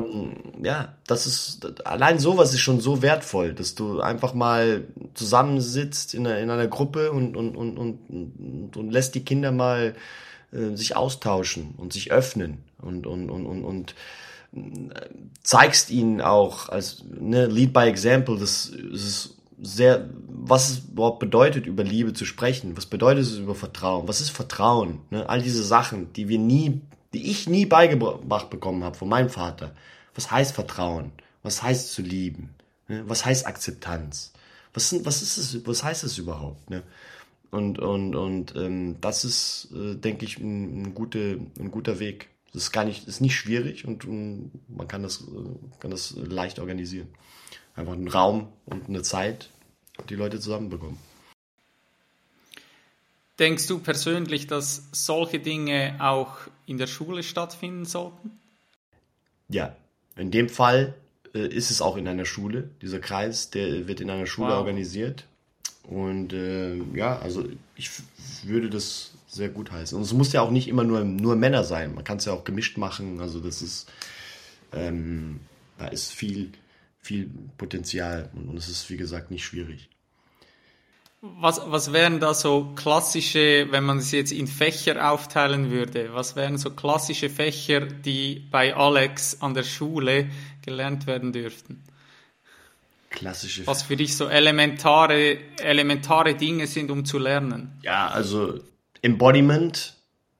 Allein sowas ist schon so wertvoll, dass du einfach mal zusammensitzt in einer Gruppe und lässt die Kinder mal sich austauschen und sich öffnen und zeigst ihnen auch als Lead by Example, das ist sehr, was es überhaupt bedeutet, über Liebe zu sprechen. Was bedeutet es über Vertrauen? Was ist Vertrauen? Ne? All diese Sachen, die ich nie beigebracht bekommen habe von meinem Vater. Was heißt Vertrauen? Was heißt zu lieben? Ne? Was heißt Akzeptanz? Was ist es? Was heißt es überhaupt? Ne? Und das ist, denke ich, ein guter Weg. Das ist nicht schwierig und man kann das leicht organisieren. Einfach einen Raum und eine Zeit, die Leute zusammenbekommen. Denkst du persönlich, dass solche Dinge auch in der Schule stattfinden sollten? Ja, in dem Fall ist es auch in einer Schule. Dieser Kreis, der wird in einer Schule organisiert. Und also ich würde das sehr gut heißen. Und es muss ja auch nicht immer nur Männer sein. Man kann es ja auch gemischt machen. Also das ist, da ist viel Potenzial und es ist, wie gesagt, nicht schwierig. Was wären da so klassische, wenn man es jetzt in Fächer aufteilen würde, was wären so klassische Fächer, die bei Alex an der Schule gelernt werden dürften? Klassische Was für dich so elementare Dinge sind, um zu lernen? Ja, also Embodiment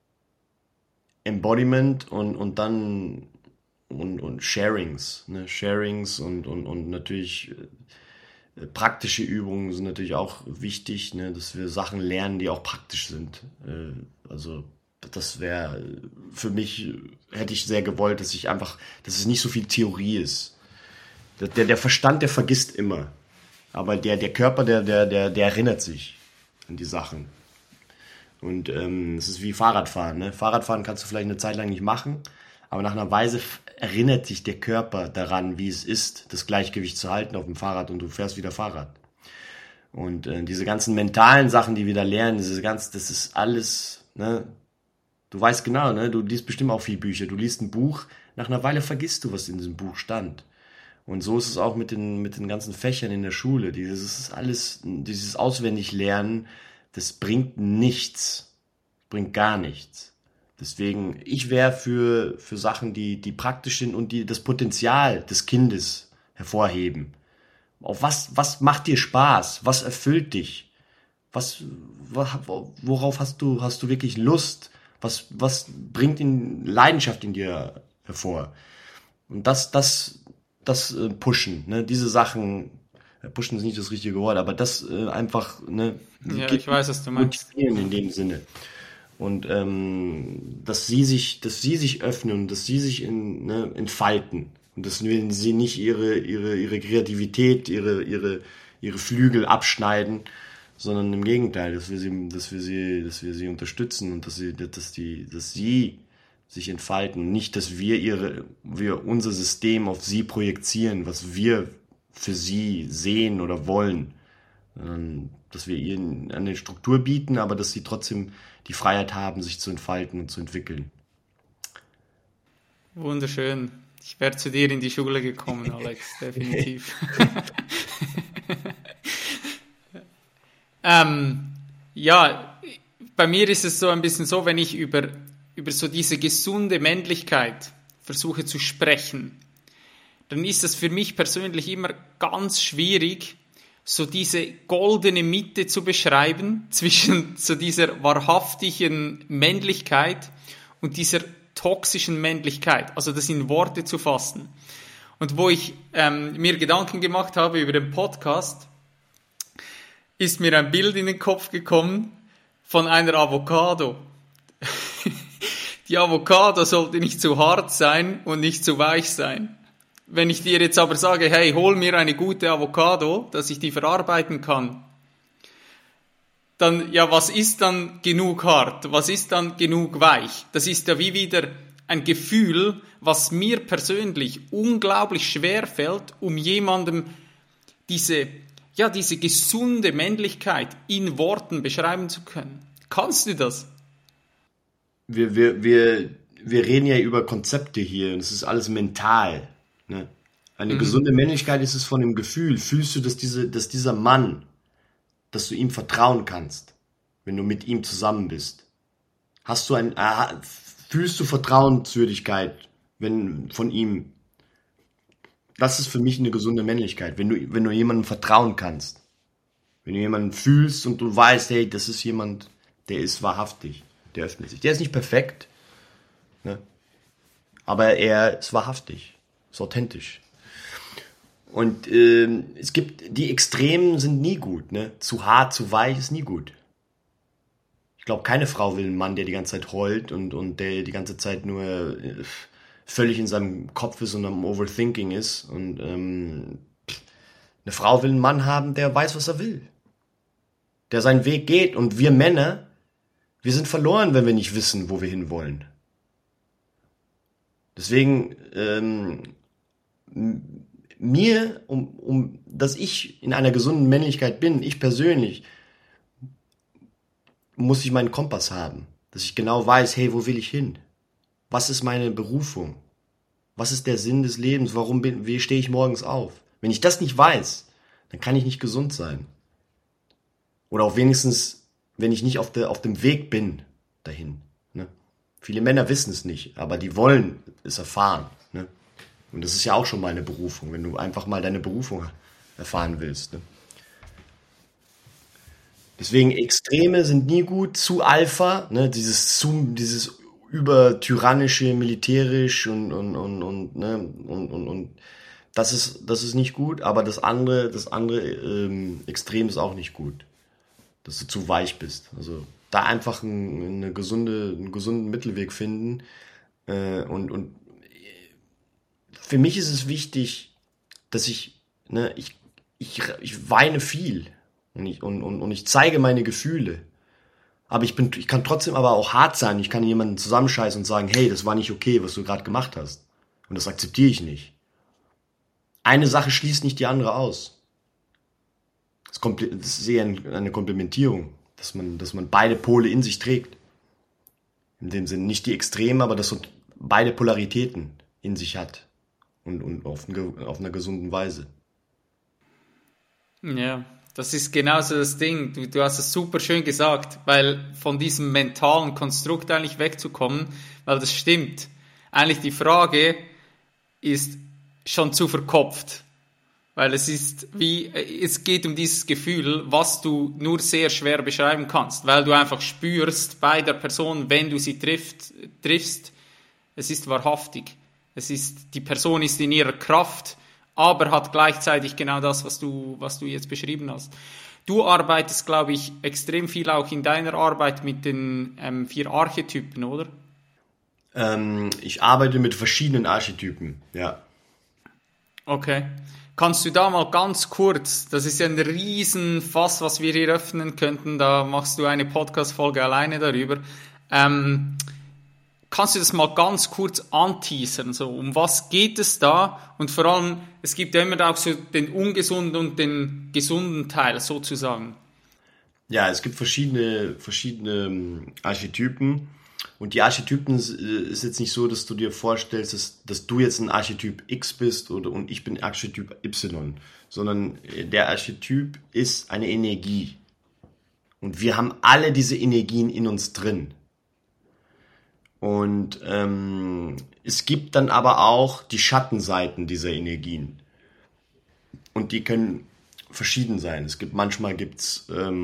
und dann und Sharings, ne? Sharings und natürlich praktische Übungen sind natürlich auch wichtig, ne? Dass wir Sachen lernen, die auch praktisch sind. Also das wäre für mich, hätte ich sehr gewollt, dass es nicht so viel Theorie ist. Der Verstand, der vergisst immer, aber der Körper, der erinnert sich an die Sachen. Und es ist wie Fahrradfahren, ne? Fahrradfahren kannst du vielleicht eine Zeit lang nicht machen, aber nach einer Weise erinnert sich der Körper daran, wie es ist, das Gleichgewicht zu halten auf dem Fahrrad und du fährst wieder Fahrrad. Und diese ganzen mentalen Sachen, die wir da lernen, das ist alles, ne? Du weißt genau, ne? Du liest bestimmt auch viel Bücher. Du liest ein Buch, nach einer Weile vergisst du, was in diesem Buch stand. Und so ist es auch mit den ganzen Fächern in der Schule. Dieses Auswendiglernen, das bringt nichts. Bringt gar nichts. Deswegen, ich wäre für Sachen, die praktisch sind und die das Potenzial des Kindes hervorheben. Auf was macht dir Spaß? Was erfüllt dich? Worauf hast du wirklich Lust? Was bringt Leidenschaft in dir hervor? Und das pushen, ne? Diese Sachen, pushen ist nicht das richtige Wort, aber das einfach, ne? Ja, ich weiß, was du meinst. In dem Sinne. Und dass sie sich öffnen und dass sie sich entfalten. Und dass sie nicht ihre Kreativität, ihre Flügel abschneiden, sondern im Gegenteil, dass wir sie unterstützen und dass sie sich entfalten. Nicht, dass wir unser System auf sie projizieren, was wir für sie sehen oder wollen. Dass wir ihnen eine Struktur bieten, aber dass sie trotzdem die Freiheit haben, sich zu entfalten und zu entwickeln. Wunderschön. Ich wäre zu dir in die Schule gekommen, Alex, definitiv. Ja, bei mir ist es so ein bisschen so, wenn ich über so diese gesunde Männlichkeit versuche zu sprechen, dann ist es für mich persönlich immer ganz schwierig, so diese goldene Mitte zu beschreiben zwischen so dieser wahrhaftigen Männlichkeit und dieser toxischen Männlichkeit, also das in Worte zu fassen. Und wo ich mir Gedanken gemacht habe über den Podcast, ist mir ein Bild in den Kopf gekommen von einer Avocado. Die Avocado sollte nicht zu hart sein und nicht zu weich sein. Wenn ich dir jetzt aber sage, hey, hol mir eine gute Avocado, dass ich die verarbeiten kann, dann, ja, was ist dann genug hart? Was ist dann genug weich? Das ist ja wie wieder ein Gefühl, was mir persönlich unglaublich schwer fällt, um jemandem diese gesunde Männlichkeit in Worten beschreiben zu können. Kannst du das? Wir reden ja über Konzepte hier und es ist alles mental. Ne? Eine gesunde Männlichkeit ist es von dem Gefühl. Fühlst du, dass dieser Mann, dass du ihm vertrauen kannst, wenn du mit ihm zusammen bist? Fühlst du Vertrauenswürdigkeit von ihm? Das ist für mich eine gesunde Männlichkeit, wenn du jemandem vertrauen kannst. Wenn du jemanden fühlst und du weißt, hey, das ist jemand, der ist wahrhaftig, der öffnet sich. Der ist nicht perfekt, ne? Aber er ist wahrhaftig, ist authentisch. Und es gibt, die Extremen sind nie gut, ne? Zu hart, zu weich ist nie gut. Ich glaube, keine Frau will einen Mann, der die ganze Zeit heult und der die ganze Zeit nur völlig in seinem Kopf ist und am Overthinking ist. Und eine Frau will einen Mann haben, der weiß, was er will. Der seinen Weg geht. Und wir Männer, wir sind verloren, wenn wir nicht wissen, wo wir hinwollen. Deswegen, dass ich in einer gesunden Männlichkeit bin, ich persönlich, muss ich meinen Kompass haben. Dass ich genau weiß, hey, wo will ich hin? Was ist meine Berufung? Was ist der Sinn des Lebens? Wie stehe ich morgens auf? Wenn ich das nicht weiß, dann kann ich nicht gesund sein. Oder auch wenigstens, wenn ich nicht auf dem Weg bin dahin. Ne? Viele Männer wissen es nicht, aber die wollen es erfahren. Ne? Und das ist ja auch schon mal eine Berufung, wenn du einfach mal deine Berufung erfahren willst. Ne? Deswegen Extreme sind nie gut, zu Alpha, ne? Dieses übertyrannische, militärisch und das ist nicht gut, aber das andere Extrem ist auch nicht gut, dass du zu weich bist. Also da einfach einen gesunden Mittelweg finden und für mich ist es wichtig, dass ich weine viel und ich zeige meine Gefühle. Aber ich kann trotzdem aber auch hart sein. Ich kann jemanden zusammenscheißen und sagen, hey, das war nicht okay, was du gerade gemacht hast. Und das akzeptiere ich nicht. Eine Sache schließt nicht die andere aus. Das ist eher eine Komplementierung, dass man beide Pole in sich trägt. In dem Sinne nicht die Extremen, aber dass man beide Polaritäten in sich hat. Und auf einer gesunden Weise. Ja. Das ist genauso das Ding. Du hast es super schön gesagt, weil von diesem mentalen Konstrukt eigentlich wegzukommen, weil das stimmt. Eigentlich die Frage ist schon zu verkopft. weil es geht um dieses Gefühl, was du nur sehr schwer beschreiben kannst, weil du einfach spürst bei der Person, wenn du sie triffst, es ist wahrhaftig. Die Person ist in ihrer Kraft, aber hat gleichzeitig genau das, was du jetzt beschrieben hast. Du arbeitest, glaube ich, extrem viel auch in deiner Arbeit mit den 4 Archetypen, oder? Ich arbeite mit verschiedenen Archetypen, ja. Okay. Kannst du da mal ganz kurz, das ist ja ein Riesenfass, was wir hier öffnen könnten, da machst du eine Podcast-Folge alleine darüber. Kannst du das mal ganz kurz anteasern, so um was geht es da? Und vor allem, es gibt ja immer auch so den ungesunden und den gesunden Teil sozusagen. Ja, es gibt verschiedene Archetypen. Und die Archetypen ist jetzt nicht so, dass du dir vorstellst, dass du jetzt ein Archetyp X bist und ich bin Archetyp Y, sondern der Archetyp ist eine Energie. Und wir haben alle diese Energien in uns drin. Und es gibt dann aber auch die Schattenseiten dieser Energien. Und die können verschieden sein. Manchmal gibt's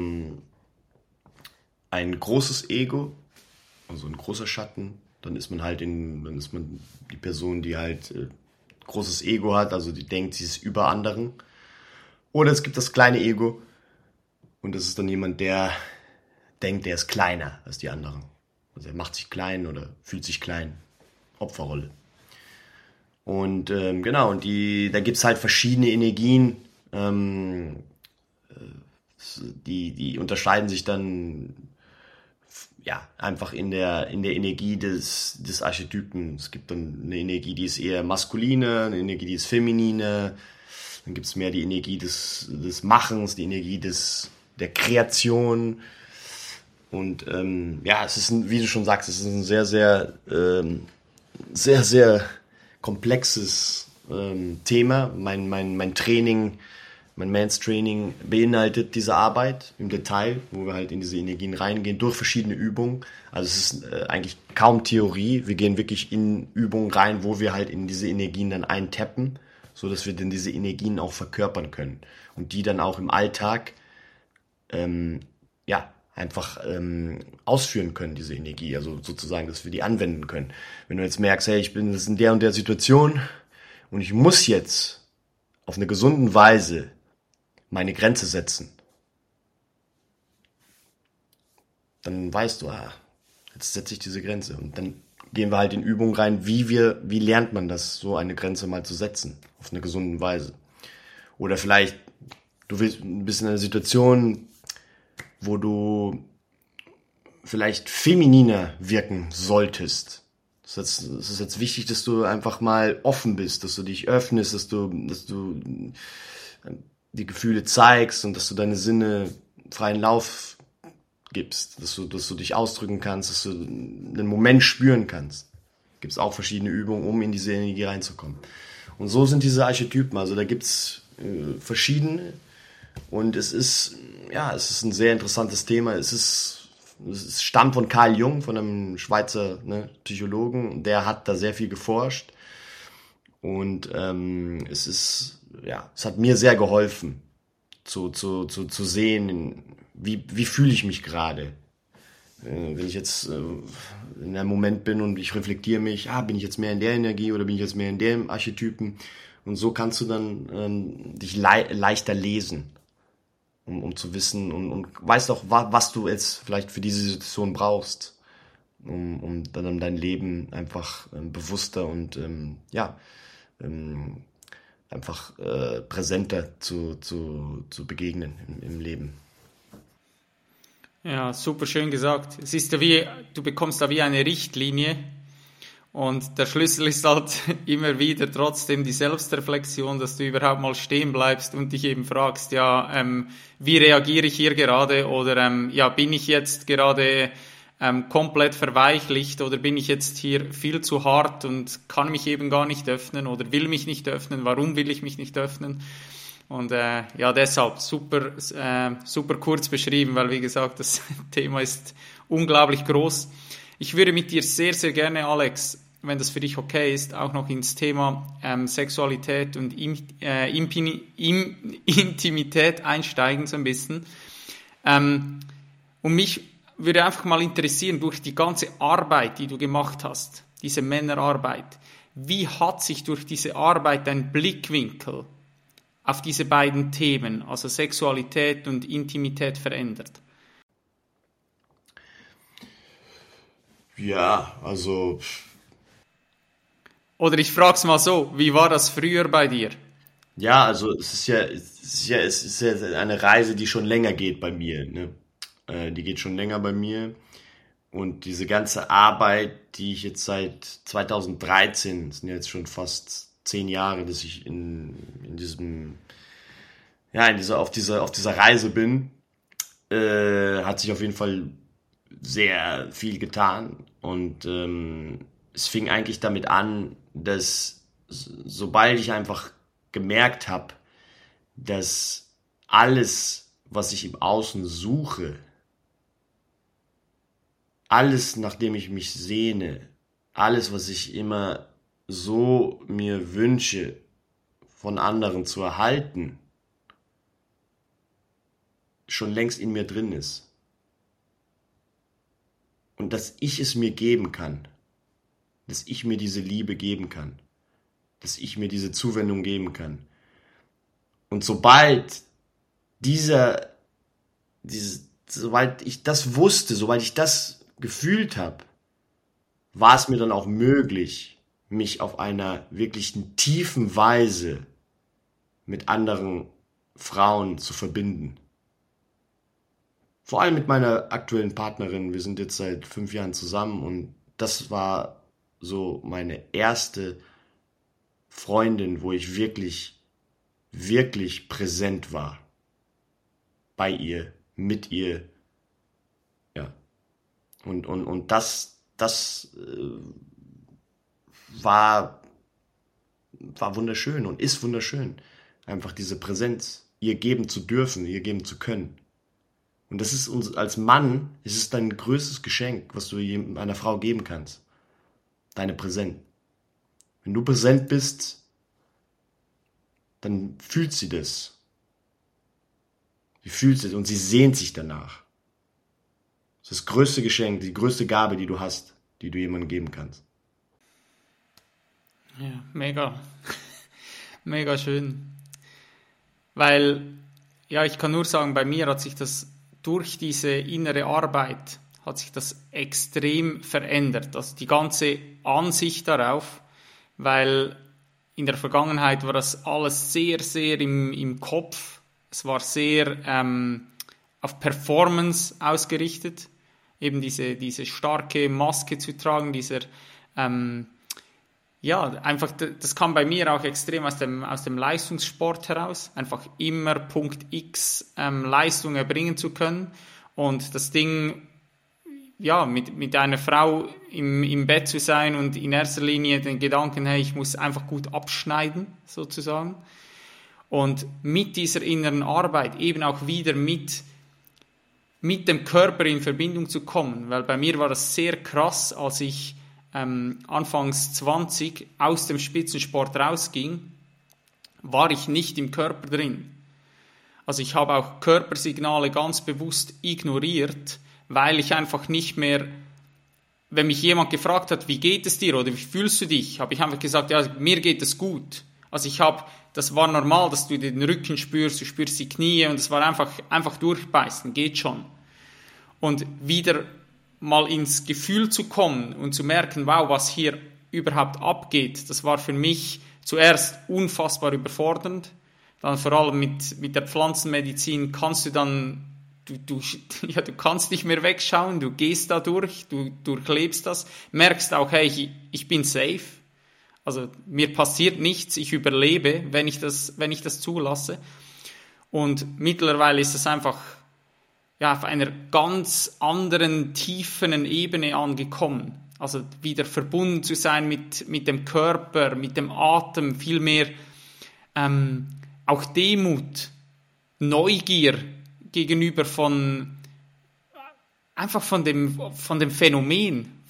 ein großes Ego, also ein großer Schatten. Dann ist man die Person, die halt großes Ego hat, also die denkt, sie ist über anderen. Oder es gibt das kleine Ego. Und das ist dann jemand, der denkt, der ist kleiner als die anderen. Also er macht sich klein oder fühlt sich klein. Opferrolle. Und genau, und da gibt es halt verschiedene Energien. Die unterscheiden sich dann ja einfach in der Energie des Archetypen. Es gibt dann eine Energie, die ist eher maskuline, eine Energie, die ist feminine. Dann gibt es mehr die Energie des Machens, die Energie der Kreation. Und ja, es ist, wie du schon sagst, es ist ein sehr, sehr, sehr, sehr komplexes Thema. Mein Training, mein Mans Training beinhaltet diese Arbeit im Detail, wo wir halt in diese Energien reingehen, durch verschiedene Übungen. Also es ist eigentlich kaum Theorie. Wir gehen wirklich in Übungen rein, wo wir halt in diese Energien dann eintappen, so dass wir dann diese Energien auch verkörpern können. Und die dann auch im Alltag, ja, einfach ausführen können, diese Energie, also sozusagen, dass wir die anwenden können. Wenn du jetzt merkst, hey, ich bin jetzt in der und der Situation und ich muss jetzt auf eine gesunde Weise meine Grenze setzen, dann weißt du, jetzt setze ich diese Grenze. Und dann gehen wir halt in Übungen rein, wie lernt man das, so eine Grenze mal zu setzen, auf eine gesunde Weise. Oder vielleicht, du bist in einer Situation, wo du vielleicht femininer wirken solltest. Es ist jetzt wichtig, dass du einfach mal offen bist, dass du dich öffnest, dass du die Gefühle zeigst und dass du deine Sinne freien Lauf gibst, dass du dich ausdrücken kannst, dass du einen Moment spüren kannst. Gibt es auch verschiedene Übungen, um in diese Energie reinzukommen. Und so sind diese Archetypen, also da gibt's verschiedene. Und es ist ein sehr interessantes Thema. Es stammt von Carl Jung, von einem Schweizer Psychologen. Der hat da sehr viel geforscht. Und es hat mir sehr geholfen, zu sehen, wie fühle ich mich gerade. Wenn ich jetzt in einem Moment bin und ich reflektiere mich, bin ich jetzt mehr in der Energie oder bin ich jetzt mehr in dem Archetypen? Und so kannst du dann dich leichter lesen. Um zu wissen und weißt auch, was du jetzt vielleicht für diese Situation brauchst, um dann dein Leben einfach bewusster und einfach präsenter zu begegnen im Leben. Ja, super schön gesagt. Es ist ja wie, du bekommst da wie eine Richtlinie. Und der Schlüssel ist halt immer wieder trotzdem die Selbstreflexion, dass du überhaupt mal stehen bleibst und dich eben fragst, wie reagiere ich hier gerade oder bin ich jetzt gerade komplett verweichlicht oder bin ich jetzt hier viel zu hart und kann mich eben gar nicht öffnen oder will mich nicht öffnen, warum will ich mich nicht öffnen? Und deshalb super kurz beschrieben, weil wie gesagt, das Thema ist unglaublich groß. Ich würde mit dir sehr, sehr gerne, Alex, wenn das für dich okay ist, auch noch ins Thema Sexualität und Intimität einsteigen, so ein bisschen. Und mich würde einfach mal interessieren, durch die ganze Arbeit, die du gemacht hast, diese Männerarbeit, wie hat sich durch diese Arbeit dein Blickwinkel auf diese beiden Themen, also Sexualität und Intimität, verändert? Ja, also... Oder ich frage es mal so, wie war das früher bei dir? Ja, also es ist ja eine Reise, die schon länger geht bei mir, ne? Die geht schon länger bei mir. Und diese ganze Arbeit, die ich jetzt seit 2013, das sind ja jetzt schon fast 10 Jahre, dass ich auf dieser Reise bin, hat sich auf jeden Fall sehr viel getan. Und es fing eigentlich damit an, dass sobald ich einfach gemerkt habe, dass alles, was ich im Außen suche, alles, nach dem ich mich sehne, alles, was ich immer so mir wünsche, von anderen zu erhalten, schon längst in mir drin ist. Und dass ich es mir geben kann, dass ich mir diese Liebe geben kann, dass ich mir diese Zuwendung geben kann. Und sobald ich das wusste, sobald ich das gefühlt habe, war es mir dann auch möglich, mich auf einer wirklichen tiefen Weise mit anderen Frauen zu verbinden. Vor allem mit meiner aktuellen Partnerin. Wir sind jetzt seit 5 Jahren zusammen und das war so meine erste Freundin, wo ich wirklich, wirklich präsent war. Bei ihr, mit ihr. Ja. Und das war wunderschön und ist wunderschön. Einfach diese Präsenz, ihr geben zu dürfen, ihr geben zu können. Und das ist uns als Mann, ist es dein größtes Geschenk, was du einer Frau geben kannst. Deine Präsenz. Wenn du präsent bist, dann fühlt sie das. Sie fühlt es und sie sehnt sich danach. Das ist das größte Geschenk, die größte Gabe, die du hast, die du jemandem geben kannst. Ja, mega. Mega schön. Weil, ja, ich kann nur sagen, bei mir hat sich das durch diese innere Arbeit hat sich das extrem verändert. Also die ganze Ansicht darauf, weil in der Vergangenheit war das alles sehr, sehr im Kopf. Es war sehr auf Performance ausgerichtet. Eben diese starke Maske zu tragen, einfach, das kam bei mir auch extrem aus dem Leistungssport heraus. Einfach immer Punkt X Leistung erbringen zu können. Und das Ding, ja, mit einer Frau im Bett zu sein und in erster Linie den Gedanken, hey, ich muss einfach gut abschneiden, sozusagen. Und mit dieser inneren Arbeit eben auch wieder mit dem Körper in Verbindung zu kommen. Weil bei mir war das sehr krass, als ich Anfangs 20 aus dem Spitzensport rausging, war ich nicht im Körper drin. Also ich habe auch Körpersignale ganz bewusst ignoriert, weil ich einfach nicht mehr, wenn mich jemand gefragt hat, wie geht es dir oder wie fühlst du dich, habe ich einfach gesagt, ja, mir geht es gut. Also das war normal, dass du den Rücken spürst, du spürst die Knie und es war einfach durchbeißen, geht schon. Und wieder mal ins Gefühl zu kommen und zu merken, wow, was hier überhaupt abgeht, das war für mich zuerst unfassbar überfordernd. Dann vor allem mit der Pflanzenmedizin kannst du dann, du kannst nicht mehr wegschauen, du gehst da durch, du durchlebst das, merkst auch, hey, ich bin safe. Also mir passiert nichts, ich überlebe, wenn ich das zulasse. Und mittlerweile ist es einfach auf einer ganz anderen, tieferen Ebene angekommen. Also wieder verbunden zu sein mit dem Körper, mit dem Atem, viel mehr auch Demut, Neugier gegenüber von dem Phänomen,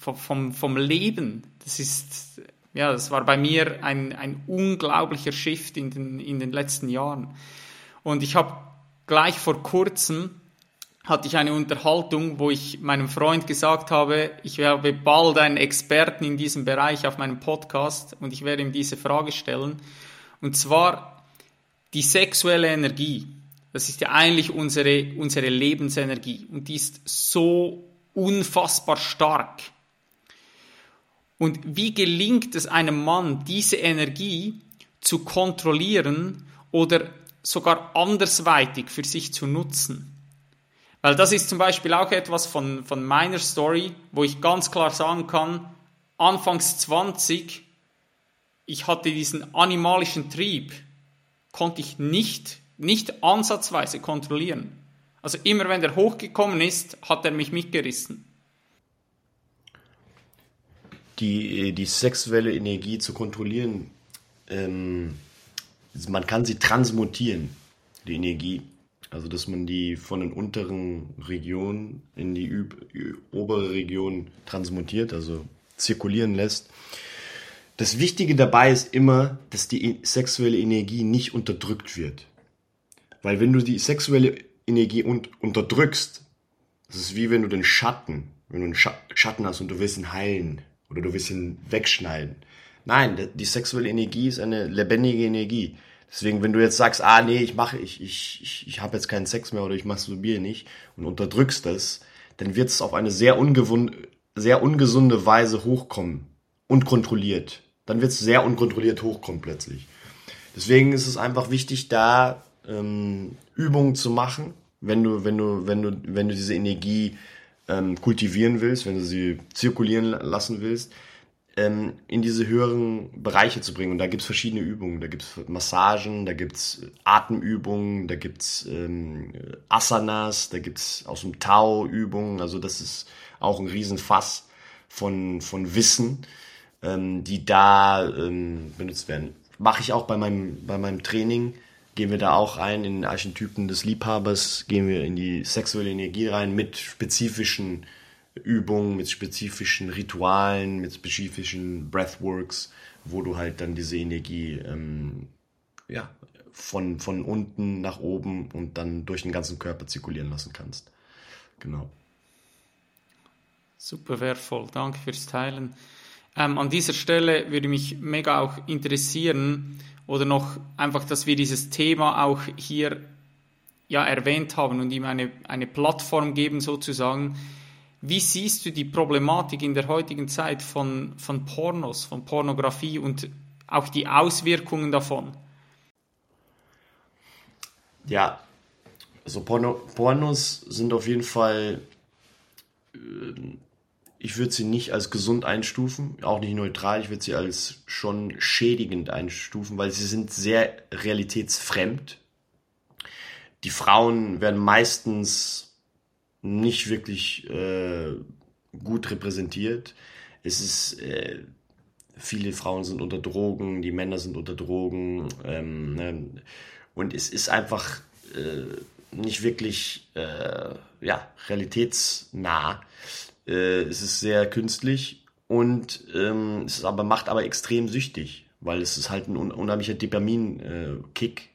vom Leben. Das war bei mir ein unglaublicher Shift in den letzten Jahren. Und ich habe gleich vor kurzem hatte ich eine Unterhaltung, wo ich meinem Freund gesagt habe, ich habe bald einen Experten in diesem Bereich auf meinem Podcast und ich werde ihm diese Frage stellen. Und zwar die sexuelle Energie. Das ist ja eigentlich unsere Lebensenergie und die ist so unfassbar stark. Und wie gelingt es einem Mann, diese Energie zu kontrollieren oder sogar andersweitig für sich zu nutzen? Weil das ist zum Beispiel auch etwas von meiner Story, wo ich ganz klar sagen kann, anfangs 20, ich hatte diesen animalischen Trieb, konnte ich nicht ansatzweise kontrollieren. Also immer wenn der hochgekommen ist, hat er mich mitgerissen. Die sexuelle Energie zu kontrollieren, man kann sie transmutieren, die Energie. Also dass man die von den unteren Regionen in die obere Region transmutiert, also zirkulieren lässt. Das Wichtige dabei ist immer, dass die sexuelle Energie nicht unterdrückt wird. Weil wenn du die sexuelle Energie unterdrückst, das ist wie wenn du einen Schatten hast und du willst ihn heilen oder du willst ihn wegschneiden. Nein, die sexuelle Energie ist eine lebendige Energie. Deswegen, wenn du jetzt sagst, ich habe jetzt keinen Sex mehr oder ich masturbiere nicht und unterdrückst das, dann wird es auf eine sehr ungesunde Weise hochkommen, unkontrolliert. Dann wird es sehr unkontrolliert hochkommen plötzlich. Deswegen ist es einfach wichtig, da Übungen zu machen, wenn du diese Energie kultivieren willst, wenn du sie zirkulieren lassen willst, in diese höheren Bereiche zu bringen. Und da gibt es verschiedene Übungen. Da gibt es Massagen, da gibt es Atemübungen, da gibt es Asanas, da gibt es aus dem Tao Übungen. Also das ist auch ein Riesenfass von Wissen, die da benutzt werden. Mache ich auch bei meinem Training. Gehen wir da auch rein in den Archetypen des Liebhabers, gehen wir in die sexuelle Energie rein mit spezifischen Übungen, mit spezifischen Ritualen, mit spezifischen Breathworks, wo du halt dann diese Energie von unten nach oben und dann durch den ganzen Körper zirkulieren lassen kannst. Genau. Super wertvoll, danke fürs Teilen. An dieser Stelle würde mich mega auch interessieren oder noch einfach, dass wir dieses Thema auch hier erwähnt haben und ihm eine Plattform geben sozusagen. Wie siehst du die Problematik in der heutigen Zeit von Pornos, von Pornografie und auch die Auswirkungen davon? Ja, also Pornos sind auf jeden Fall, ich würde sie nicht als gesund einstufen, auch nicht neutral, ich würde sie als schon schädigend einstufen, weil sie sind sehr realitätsfremd. Die Frauen werden meistens nicht wirklich gut repräsentiert. Viele Frauen sind unter Drogen, die Männer sind unter Drogen, und es ist einfach nicht wirklich realitätsnah. Es ist sehr künstlich und macht aber extrem süchtig, weil es ist halt ein unheimlicher Dopamin-Kick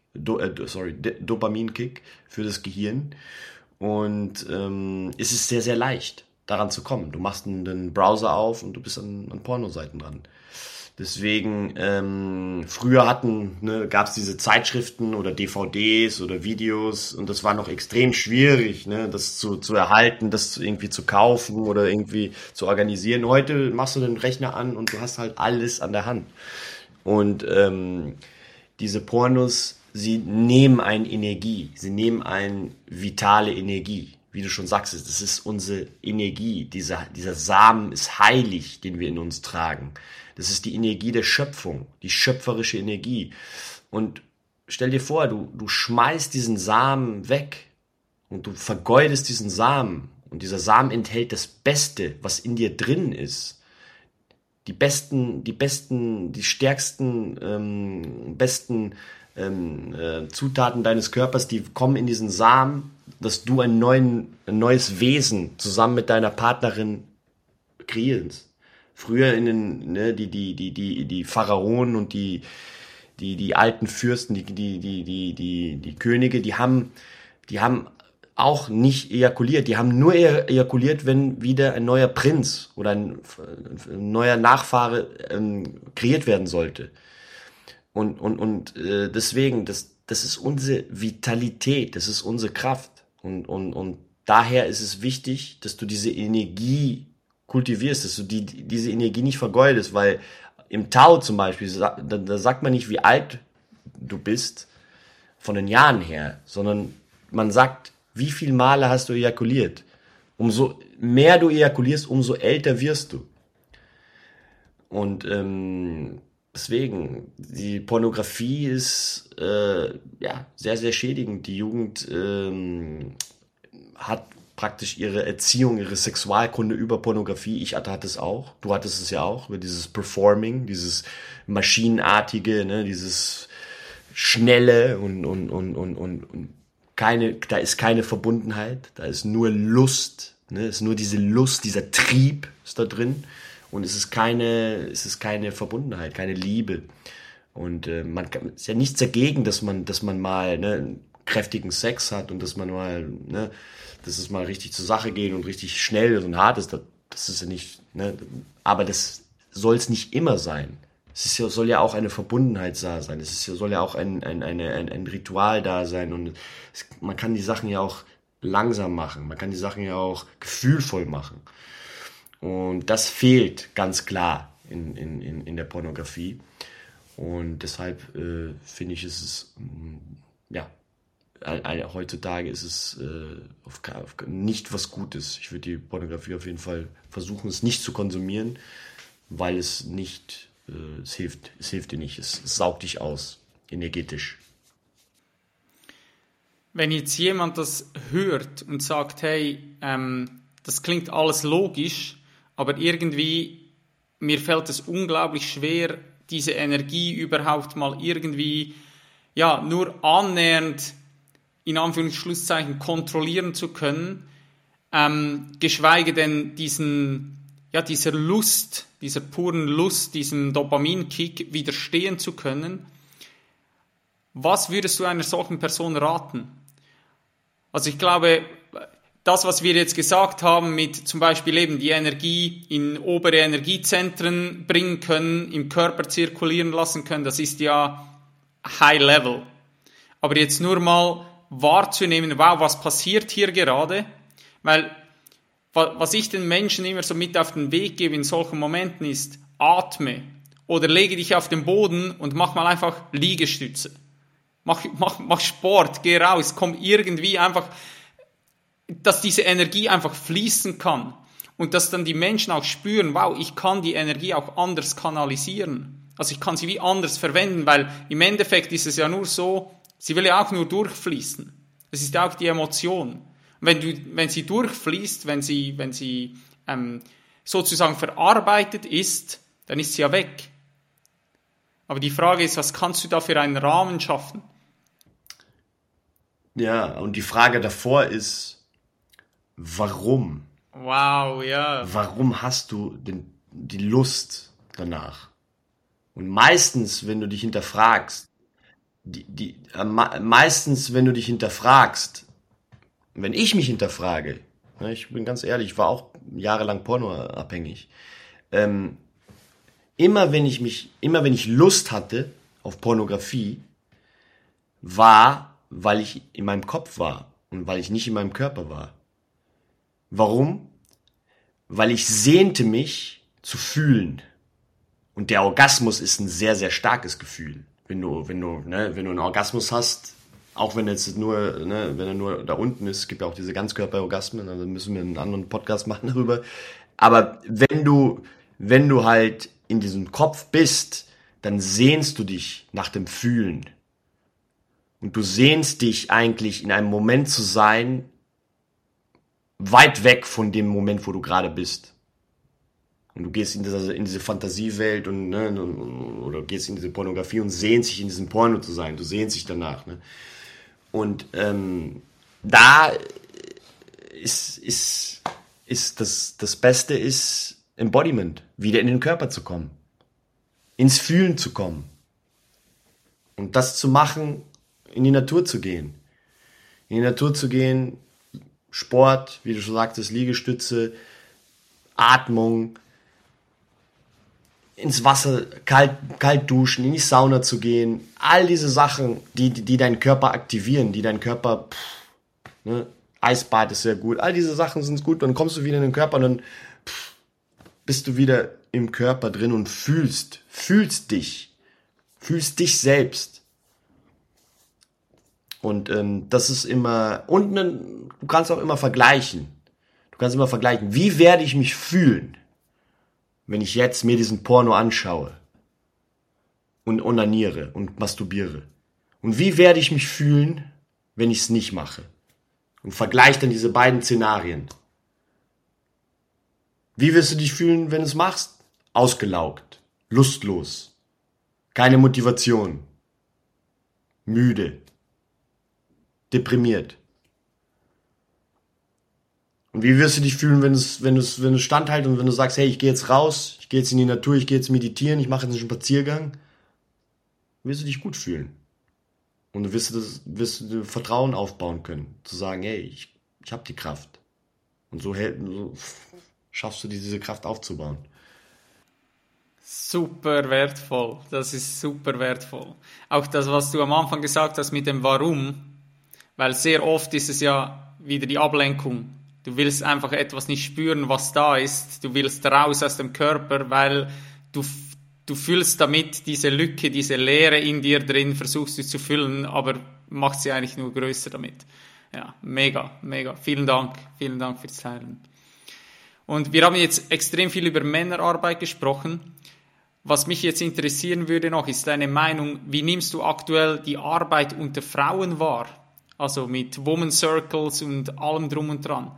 für das Gehirn. Und es ist sehr, sehr leicht, daran zu kommen. Du machst einen Browser auf und du bist an Pornoseiten dran. Deswegen, früher gab es diese Zeitschriften oder DVDs oder Videos und das war noch extrem schwierig, das zu erhalten, das irgendwie zu kaufen oder irgendwie zu organisieren. Heute machst du den Rechner an und du hast halt alles an der Hand. Und diese Pornos, sie nehmen eine Energie, sie nehmen eine vitale Energie. Wie du schon sagst, das ist unsere Energie. Dieser Samen ist heilig, den wir in uns tragen. Das ist die Energie der Schöpfung, die schöpferische Energie. Und stell dir vor, du schmeißt diesen Samen weg und du vergeudest diesen Samen. Und dieser Samen enthält das Beste, was in dir drin ist. Die stärksten, besten Zutaten deines Körpers, die kommen in diesen Samen, dass du ein neues Wesen zusammen mit deiner Partnerin Kreierens. Früher die Pharaonen und die alten Fürsten, die Könige, die haben auch nicht ejakuliert. Die haben nur ejakuliert, wenn wieder ein neuer Prinz oder ein neuer Nachfahre kreiert werden sollte. Und deswegen, das ist unsere Vitalität, das ist unsere Kraft. Und daher ist es wichtig, dass du diese Energie kultivierst, dass du diese Energie nicht vergeudest, weil im Tao zum Beispiel, da sagt man nicht, wie alt du bist von den Jahren her, sondern man sagt, wie viele Male hast du ejakuliert? Umso mehr du ejakulierst, umso älter wirst du. Und deswegen, die Pornografie ist sehr, sehr schädigend. Die Jugend hat praktisch ihre Erziehung, ihre Sexualkunde über Pornografie. Ich hatte es auch. Du hattest es ja auch, über dieses Performing, dieses Maschinenartige, ne, dieses Schnelle und da ist keine Verbundenheit, da ist nur Lust, ne, ist nur diese Lust, dieser Trieb ist da drin und es ist keine Verbundenheit, keine Liebe. Und ist ja nichts dagegen, dass man mal, ne, kräftigen Sex hat und dass man mal, ne, dass es mal richtig zur Sache geht und richtig schnell und hart ist, das ist ja nicht, ne, aber das soll es nicht immer sein. Soll ja auch eine Verbundenheit da sein. Soll ja auch ein Ritual da sein. Und man kann die Sachen ja auch langsam machen. Man kann die Sachen ja auch gefühlvoll machen. Und das fehlt ganz klar in der Pornografie. Und deshalb finde ich, heutzutage ist es nicht was Gutes. Ich würde die Pornografie auf jeden Fall versuchen, es nicht zu konsumieren, weil es nicht... Es hilft dir nicht, es saugt dich aus, energetisch. Wenn jetzt jemand das hört und sagt, hey, das klingt alles logisch, aber irgendwie, mir fällt es unglaublich schwer, diese Energie überhaupt mal irgendwie, ja, nur annähernd, in Anführungszeichen, kontrollieren zu können, geschweige denn dieser Lust, dieser puren Lust, diesem Dopaminkick widerstehen zu können. Was würdest du einer solchen Person raten? Also ich glaube, das, was wir jetzt gesagt haben, mit zum Beispiel eben die Energie in obere Energiezentren bringen können, im Körper zirkulieren lassen können, das ist ja High Level. Aber jetzt nur mal wahrzunehmen, wow, was passiert hier gerade? Weil was ich den Menschen immer so mit auf den Weg gebe in solchen Momenten ist, atme oder lege dich auf den Boden und mach mal einfach Liegestütze. Mach Sport, geh raus, komm irgendwie einfach, dass diese Energie einfach fließen kann und dass dann die Menschen auch spüren, wow, ich kann die Energie auch anders kanalisieren. Also ich kann sie wie anders verwenden, weil im Endeffekt ist es ja nur so, sie will ja auch nur durchfließen. Es ist auch die Emotion. Wenn sie durchfließt, wenn sie sozusagen verarbeitet ist, dann ist sie ja weg. Aber die Frage ist, was kannst du da für einen Rahmen schaffen? Ja, und die Frage davor ist, warum? Wow, ja. Warum hast du die Lust danach? Und meistens, wenn du dich hinterfragst, wenn ich mich hinterfrage, ne, ich bin ganz ehrlich, ich war auch jahrelang pornoabhängig, immer wenn ich Lust hatte auf Pornografie, war, weil ich in meinem Kopf war und weil ich nicht in meinem Körper war. Warum? Weil ich sehnte mich zu fühlen. Und der Orgasmus ist ein sehr, sehr starkes Gefühl. Wenn du einen Orgasmus hast, auch wenn jetzt nur, ne, wenn er nur da unten ist, gibt ja auch diese Ganzkörperorgasmen, also müssen wir einen anderen Podcast machen darüber. Aber wenn du halt in diesem Kopf bist, dann sehnst du dich nach dem Fühlen. Und du sehnst dich eigentlich in einem Moment zu sein, weit weg von dem Moment, wo du gerade bist. Und du gehst in diese Fantasiewelt und, ne, oder gehst in diese Pornografie und sehnst dich in diesem Porno zu sein. Du sehnst dich danach, ne? Und da ist das Beste ist, Embodiment, wieder in den Körper zu kommen, ins Fühlen zu kommen und das zu machen, in die Natur zu gehen. In die Natur zu gehen, Sport, wie du schon sagtest, Liegestütze, Atmung, ins Wasser, kalt duschen, in die Sauna zu gehen, all diese Sachen, die deinen Körper aktivieren, die deinen Körper, Eisbad ist sehr gut, all diese Sachen sind gut, dann kommst du wieder in den Körper und dann bist du wieder im Körper drin und fühlst dich selbst. Und das ist immer, und du kannst auch immer vergleichen. Wie werde ich mich fühlen, wenn ich jetzt mir diesen Porno anschaue und onaniere und masturbiere? Und wie werde ich mich fühlen, wenn ich es nicht mache? Und vergleich dann diese beiden Szenarien. Wie wirst du dich fühlen, wenn du es machst? Ausgelaugt, lustlos, keine Motivation, müde, deprimiert. Und wie wirst du dich fühlen, wenn du standhältst und wenn du sagst, hey, ich gehe jetzt raus, ich gehe jetzt in die Natur, ich gehe jetzt meditieren, ich mache jetzt einen Spaziergang? Wirst du dich gut fühlen. Und du wirst du Vertrauen aufbauen können, zu sagen, hey, ich habe die Kraft. Und so schaffst du diese Kraft aufzubauen. Super wertvoll, das ist super wertvoll. Auch das, was du am Anfang gesagt hast mit dem Warum, weil sehr oft ist es ja wieder die Ablenkung. Du willst einfach etwas nicht spüren, was da ist. Du willst raus aus dem Körper, weil du fühlst damit diese Lücke, diese Leere in dir drin, versuchst du zu füllen, aber machst sie eigentlich nur größer damit. Ja, mega, mega. Vielen Dank fürs Teilen. Und wir haben jetzt extrem viel über Männerarbeit gesprochen. Was mich jetzt interessieren würde noch, ist deine Meinung, wie nimmst du aktuell die Arbeit unter Frauen wahr? Also mit Woman Circles und allem drum und dran.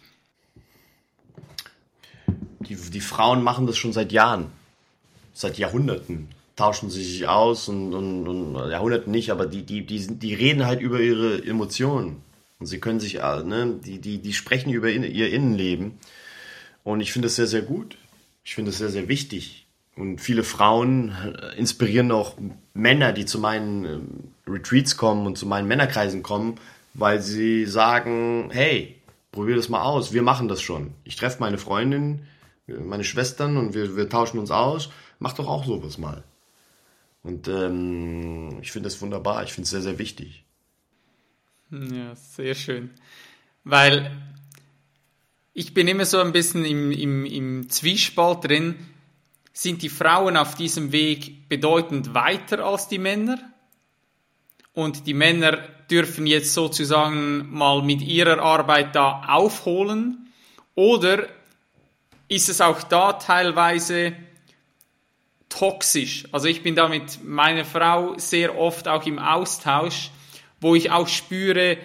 Die Frauen machen das schon seit Jahren, seit Jahrhunderten, tauschen sie sich aus und Jahrhunderten nicht, aber die reden halt über ihre Emotionen und sie können sich, die sprechen über ihr Innenleben und ich finde das sehr, sehr gut. Ich finde das sehr, sehr wichtig und viele Frauen inspirieren auch Männer, die zu meinen Retreats kommen und zu meinen Männerkreisen kommen, weil sie sagen, hey, probier das mal aus, wir machen das schon. Ich treffe meine Freundin, meine Schwestern und wir tauschen uns aus. Mach doch auch sowas mal. Und ich finde das wunderbar. Ich finde es sehr, sehr wichtig. Ja, sehr schön. Weil ich bin immer so ein bisschen im Zwiespalt drin. Sind die Frauen auf diesem Weg bedeutend weiter als die Männer? Und die Männer dürfen jetzt sozusagen mal mit ihrer Arbeit da aufholen? Oder ist es auch da teilweise toxisch? Also ich bin da mit meiner Frau sehr oft auch im Austausch, wo ich auch spüre,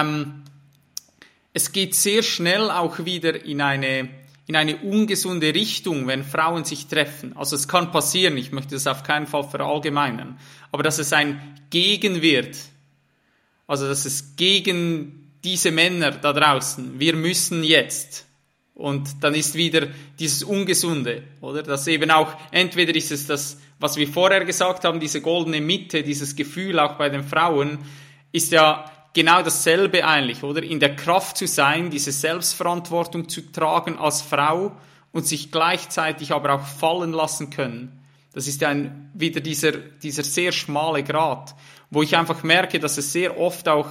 es geht sehr schnell auch wieder in eine ungesunde Richtung, wenn Frauen sich treffen. Also es kann passieren, ich möchte das auf keinen Fall verallgemeinern, aber dass es ein Gegen wird, also dass es gegen diese Männer da draußen, wir müssen jetzt. Und dann ist wieder dieses Ungesunde, oder? Dass eben auch, entweder ist es das, was wir vorher gesagt haben, diese goldene Mitte, dieses Gefühl auch bei den Frauen, ist ja genau dasselbe eigentlich, oder? In der Kraft zu sein, diese Selbstverantwortung zu tragen als Frau und sich gleichzeitig aber auch fallen lassen können. Das ist ja wieder dieser sehr schmale Grat, wo ich einfach merke, dass es sehr oft auch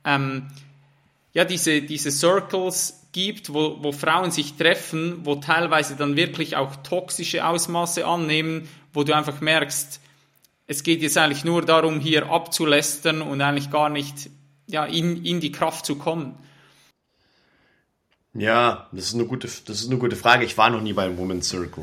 diese Circles gibt, wo Frauen sich treffen, wo teilweise dann wirklich auch toxische Ausmaße annehmen, wo du einfach merkst, es geht jetzt eigentlich nur darum, hier abzulästern und eigentlich gar nicht in die Kraft zu kommen. Ja, das ist eine gute Frage. Ich war noch nie beim Women's Circle.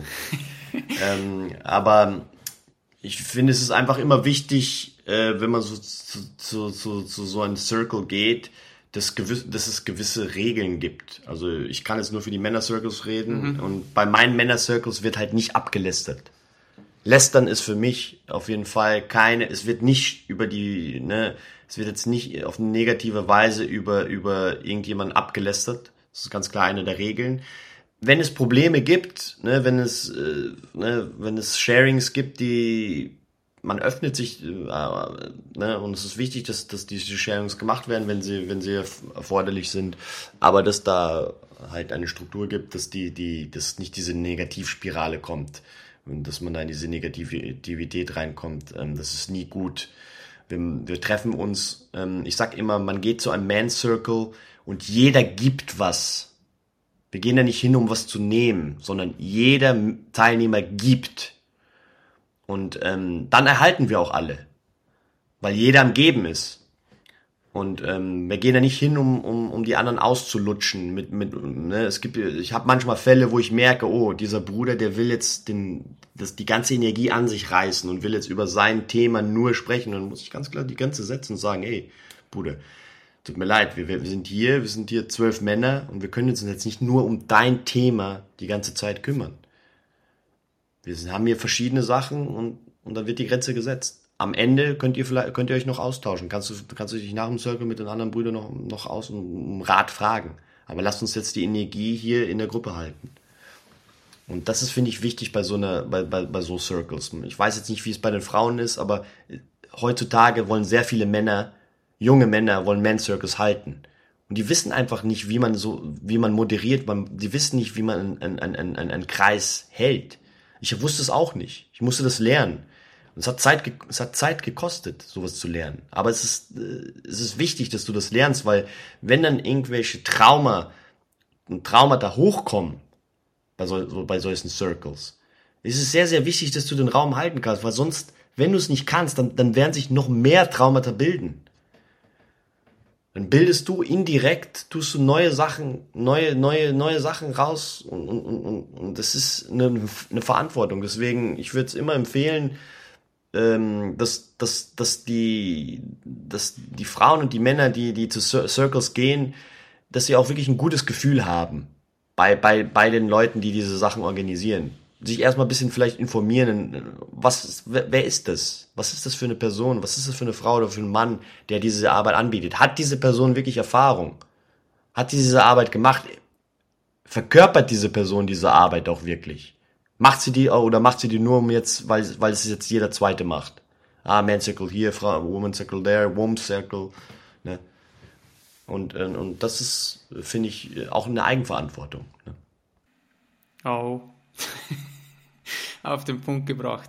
Aber ich finde, es ist einfach immer wichtig, wenn man so zu so einem Circle geht, dass es gewisse Regeln gibt. Also ich kann jetzt nur für die Männer-Circles reden und bei meinen Männer-Circles wird halt nicht abgelästert. Lästern ist für mich auf jeden Fall es wird nicht es wird jetzt nicht auf eine negative Weise über irgendjemanden abgelästert. Das ist ganz klar eine der Regeln. wenn es Probleme gibt, ne, wenn es Sharings gibt, man öffnet sich, ne, und es ist wichtig, dass diese Sharings gemacht werden, wenn sie erforderlich sind, aber dass da halt eine Struktur gibt, dass nicht diese Negativspirale kommt und dass man da in diese Negativität reinkommt. Das ist nie gut. Wir treffen uns, ich sag immer, man geht zu einem Man Circle und jeder gibt was. Wir gehen da nicht hin, um was zu nehmen, sondern jeder Teilnehmer gibt. Und dann erhalten wir auch alle, weil jeder am Geben ist. Und wir gehen da nicht hin, um die anderen auszulutschen. Ne? Ich habe manchmal Fälle, wo ich merke, oh, dieser Bruder, der will jetzt die ganze Energie an sich reißen und will jetzt über sein Thema nur sprechen. Und dann muss ich ganz klar die Grenze setzen und sagen, hey, Bruder, tut mir leid, wir sind hier 12 Männer und wir können uns jetzt nicht nur um dein Thema die ganze Zeit kümmern. Haben hier verschiedene Sachen und dann wird die Grenze gesetzt. Am Ende könnt ihr euch noch austauschen. Kannst du dich nach dem Circle mit den anderen Brüdern noch um Rat fragen. Aber lasst uns jetzt die Energie hier in der Gruppe halten. Und das ist, finde ich, wichtig bei so Circles. Ich weiß jetzt nicht, wie es bei den Frauen ist, aber heutzutage wollen sehr viele junge Männer wollen Man Circles halten. Und die wissen einfach nicht, wie man moderiert, die wissen nicht, wie man einen Kreis hält. Ich wusste es auch nicht. Ich musste das lernen. Und es hat Zeit gekostet, sowas zu lernen. Aber es ist wichtig, dass du das lernst, weil wenn dann irgendwelche Traumata hochkommen, bei solchen Circles, ist es sehr, sehr wichtig, dass du den Raum halten kannst, weil sonst, wenn du es nicht kannst, dann werden sich noch mehr Traumata bilden. Dann bildest du indirekt, tust du neue Sachen raus und das ist eine Verantwortung. Deswegen, ich würde es immer empfehlen, dass die Frauen und die Männer, die zu Circles gehen, dass sie auch wirklich ein gutes Gefühl haben bei den Leuten, die diese Sachen organisieren. Sich erstmal ein bisschen vielleicht informieren, wer ist das? Was ist das für eine Person? Was ist das für eine Frau oder für einen Mann, der diese Arbeit anbietet? Hat diese Person wirklich Erfahrung? Hat diese Arbeit gemacht? Verkörpert diese Person diese Arbeit auch wirklich? Macht sie die nur weil es jetzt jeder Zweite macht? Man Circle hier, Woman Circle there, Woman Circle, ne? Und das ist, finde ich, auch eine Eigenverantwortung, ne? Oh. Auf den Punkt gebracht.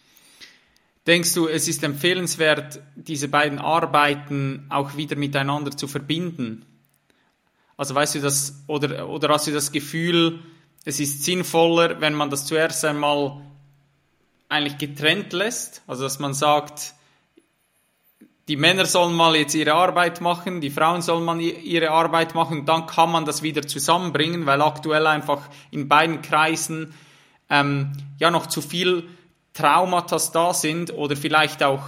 Denkst du, es ist empfehlenswert, diese beiden Arbeiten auch wieder miteinander zu verbinden? Also weißt du das, oder hast du das Gefühl, es ist sinnvoller, wenn man das zuerst einmal eigentlich getrennt lässt? Also dass man sagt, die Männer sollen mal jetzt ihre Arbeit machen, die Frauen sollen mal ihre Arbeit machen, dann kann man das wieder zusammenbringen, weil aktuell einfach in beiden Kreisen noch zu viel Traumata da sind oder vielleicht auch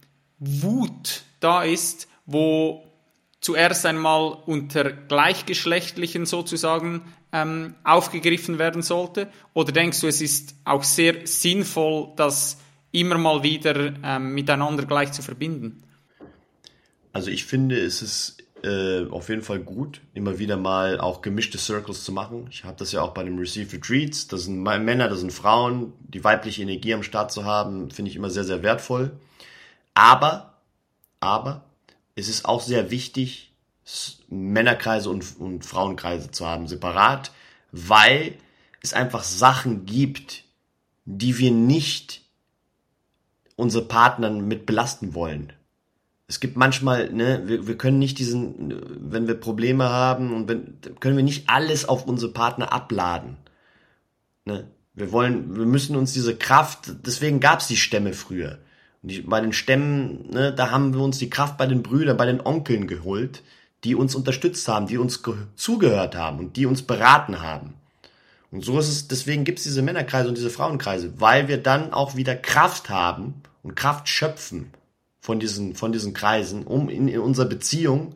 Wut da ist, wo zuerst einmal unter Gleichgeschlechtlichen sozusagen aufgegriffen werden sollte? Oder denkst du, es ist auch sehr sinnvoll, das immer mal wieder miteinander gleich zu verbinden? Also ich finde, es ist auf jeden Fall gut, immer wieder mal auch gemischte Circles zu machen. Ich habe das ja auch bei den Receive Retreats. Das sind Männer, das sind Frauen. Die weibliche Energie am Start zu haben, finde ich immer sehr, sehr wertvoll. Aber es ist auch sehr wichtig, Männerkreise und Frauenkreise zu haben, separat, weil es einfach Sachen gibt, die wir nicht unsere Partner mit belasten wollen. Es gibt manchmal, ne, wir können nicht wenn wir Probleme haben können wir nicht alles auf unsere Partner abladen. Ne? Wir müssen uns diese Kraft, deswegen gab es die Stämme früher. Und bei den Stämmen, ne, da haben wir uns die Kraft bei den Brüdern, bei den Onkeln geholt, die uns unterstützt haben, die uns zugehört haben und die uns beraten haben. Und so ist es, deswegen gibt es diese Männerkreise und diese Frauenkreise, weil wir dann auch wieder Kraft haben und Kraft schöpfen von diesen Kreisen, um in unserer Beziehung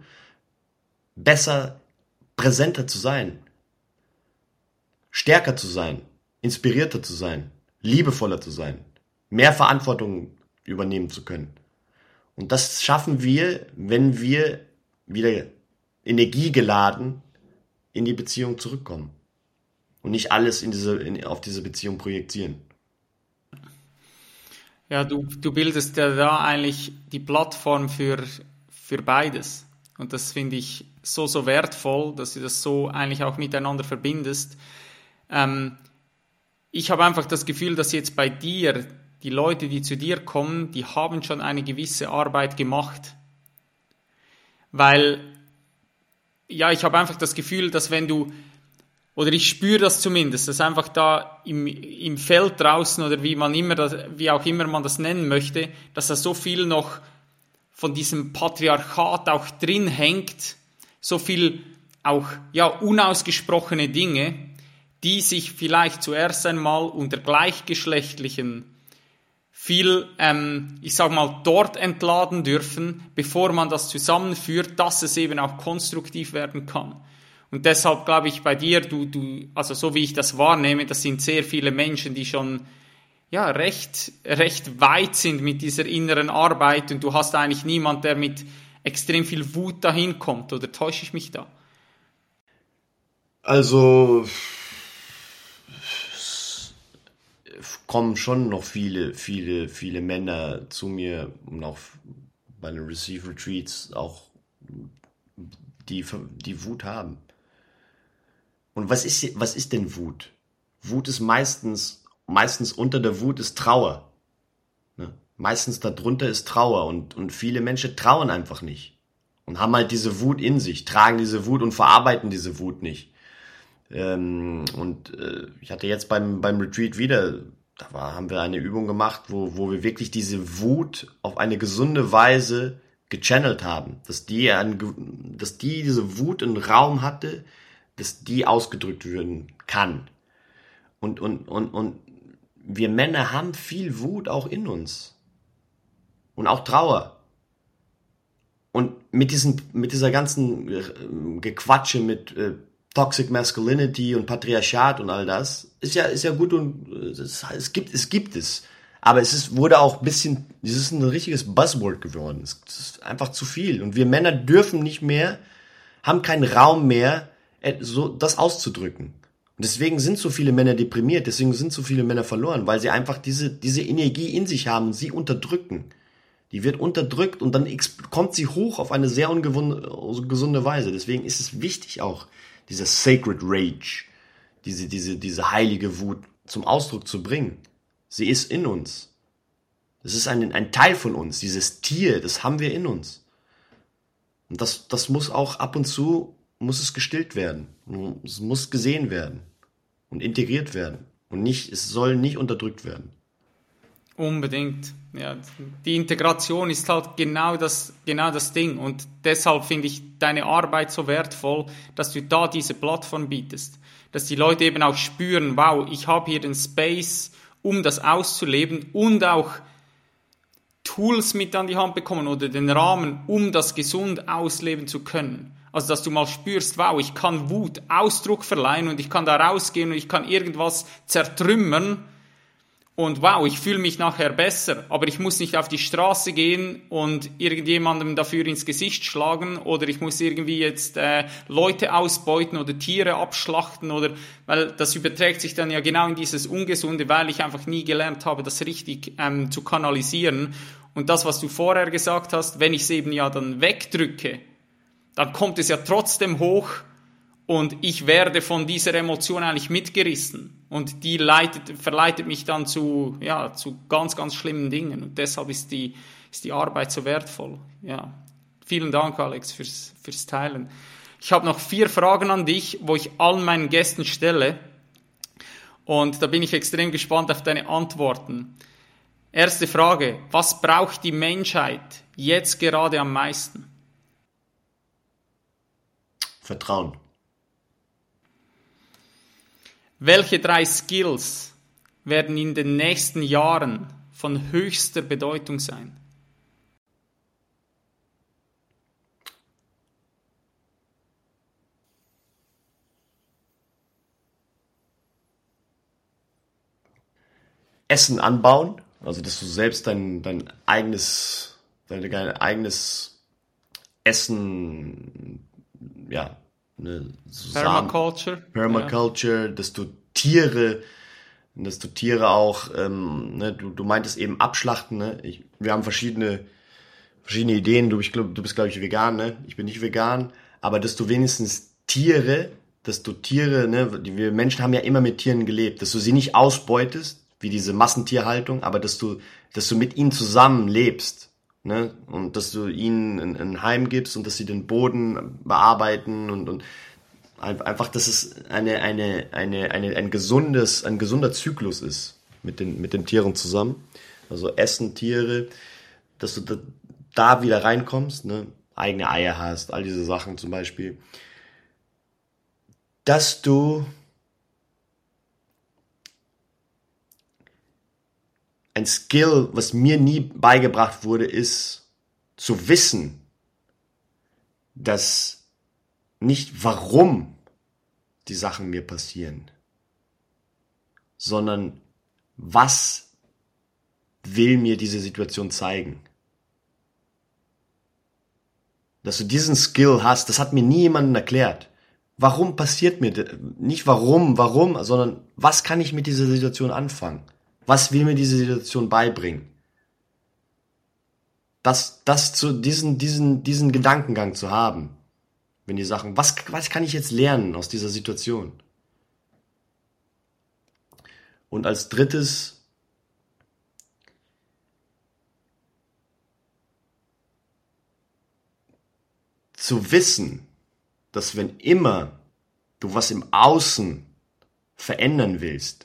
besser, präsenter zu sein, stärker zu sein, inspirierter zu sein, liebevoller zu sein, mehr Verantwortung übernehmen zu können. Und das schaffen wir, wenn wir wieder energiegeladen in die Beziehung zurückkommen. und nicht alles auf diese Beziehung projizieren. Ja, du bildest ja da eigentlich die Plattform für beides. Und das finde ich so wertvoll, dass du das so eigentlich auch miteinander verbindest. Ich habe einfach das Gefühl, dass jetzt bei dir, die Leute, die zu dir kommen, die haben schon eine gewisse Arbeit gemacht. Weil, ja, ich habe einfach das Gefühl, dass wenn du, oder ich spüre das zumindest, dass einfach da im Feld draußen oder wie auch immer man das nennen möchte, dass da so viel noch von diesem Patriarchat auch drin hängt, so viel auch ja unausgesprochene Dinge, die sich vielleicht zuerst einmal unter Gleichgeschlechtlichen viel, ich sag mal, dort entladen dürfen, bevor man das zusammenführt, dass es eben auch konstruktiv werden kann. Und deshalb glaube ich bei dir, also so wie ich das wahrnehme, das sind sehr viele Menschen, die schon ja recht weit sind mit dieser inneren Arbeit und du hast eigentlich niemand, der mit extrem viel Wut dahin kommt, oder täusche ich mich da? Also kommen schon noch viele Männer zu mir und auch bei den Receive Retreats auch die Wut haben. Und was ist denn Wut? Wut ist meistens unter der Wut ist Trauer. Ne? Meistens darunter ist Trauer und viele Menschen trauen einfach nicht und haben halt diese Wut in sich, tragen diese Wut und verarbeiten diese Wut nicht. Ich hatte jetzt beim Retreat wieder, haben wir eine Übung gemacht, wo wir wirklich diese Wut auf eine gesunde Weise gechannelt haben, dass die diese Wut einen Raum hatte, dass die ausgedrückt werden kann. Und wir Männer haben viel Wut auch in uns. Und auch Trauer. Und mit dieser ganzen Gequatsche mit Toxic Masculinity und Patriarchat und all das, ist ja gut und es gibt es. Aber wurde auch ein bisschen, es ist ein richtiges Buzzword geworden. Es ist einfach zu viel. Und wir Männer dürfen nicht mehr, haben keinen Raum mehr, so das auszudrücken. Und deswegen sind so viele Männer deprimiert, deswegen sind so viele Männer verloren, weil sie einfach diese Energie in sich haben und sie unterdrücken. Die wird unterdrückt und dann kommt sie hoch auf eine sehr ungesunde Weise. Deswegen ist es wichtig auch, dieser Sacred Rage, diese heilige Wut zum Ausdruck zu bringen. Sie ist in uns. Das ist ein Teil von uns. Dieses Tier, das haben wir in uns. Und das muss auch ab und zu, muss es gestillt werden. Es muss gesehen werden und integriert werden. Und es soll nicht unterdrückt werden. Unbedingt. Ja, die Integration ist halt genau das Ding. Und deshalb finde ich deine Arbeit so wertvoll, dass du da diese Plattform bietest. Dass die Leute eben auch spüren, wow, ich habe hier den Space, um das auszuleben und auch Tools mit an die Hand bekommen oder den Rahmen, um das gesund ausleben zu können. Also, dass du mal spürst, wow, ich kann Wut Ausdruck verleihen und ich kann da rausgehen und ich kann irgendwas zertrümmern und wow, ich fühle mich nachher besser, aber ich muss nicht auf die Straße gehen und irgendjemandem dafür ins Gesicht schlagen oder ich muss irgendwie jetzt Leute ausbeuten oder Tiere abschlachten weil das überträgt sich dann ja genau in dieses Ungesunde, weil ich einfach nie gelernt habe, das richtig zu kanalisieren. Und das, was du vorher gesagt hast, wenn ich es eben ja dann wegdrücke, dann kommt es ja trotzdem hoch und ich werde von dieser Emotion eigentlich mitgerissen. Und die verleitet mich dann zu ganz, ganz schlimmen Dingen. Und deshalb ist die Arbeit so wertvoll. Ja. Vielen Dank, Alex, fürs Teilen. Ich habe noch 4 Fragen an dich, wo ich allen meinen Gästen stelle. Und da bin ich extrem gespannt auf deine Antworten. Erste Frage. Was braucht die Menschheit jetzt gerade am meisten? Vertrauen. Welche 3 Skills werden in den nächsten Jahren von höchster Bedeutung sein? Essen anbauen, also dass du selbst dein eigenes Essen so Permaculture, dass du Tiere auch, du meintest eben abschlachten, ne? Wir haben verschiedene Ideen. Du bist, glaube ich, vegan, ne? Ich bin nicht vegan, aber dass du wenigstens Tiere, ne? Wir Menschen haben ja immer mit Tieren gelebt, dass du sie nicht ausbeutest, wie diese Massentierhaltung, aber dass du mit ihnen zusammen lebst, ne? Und dass du ihnen ein Heim gibst und dass sie den Boden bearbeiten und einfach, dass es ein gesunder Zyklus ist mit den Tieren zusammen. Also Essen, Tiere, dass du da wieder reinkommst, ne? Eigene Eier hast, all diese Sachen zum Beispiel. Dass du ein Skill, was mir nie beigebracht wurde, ist zu wissen, dass nicht warum die Sachen mir passieren, sondern was will mir diese Situation zeigen. Dass du diesen Skill hast, das hat mir nie jemand erklärt. Warum passiert mir das? Nicht warum, sondern was kann ich mit dieser Situation anfangen? Was will mir diese Situation beibringen? Diesen Gedankengang zu haben. Wenn die Sachen, was kann ich jetzt lernen aus dieser Situation? Und als drittes, zu wissen, dass wenn immer du was im Außen verändern willst,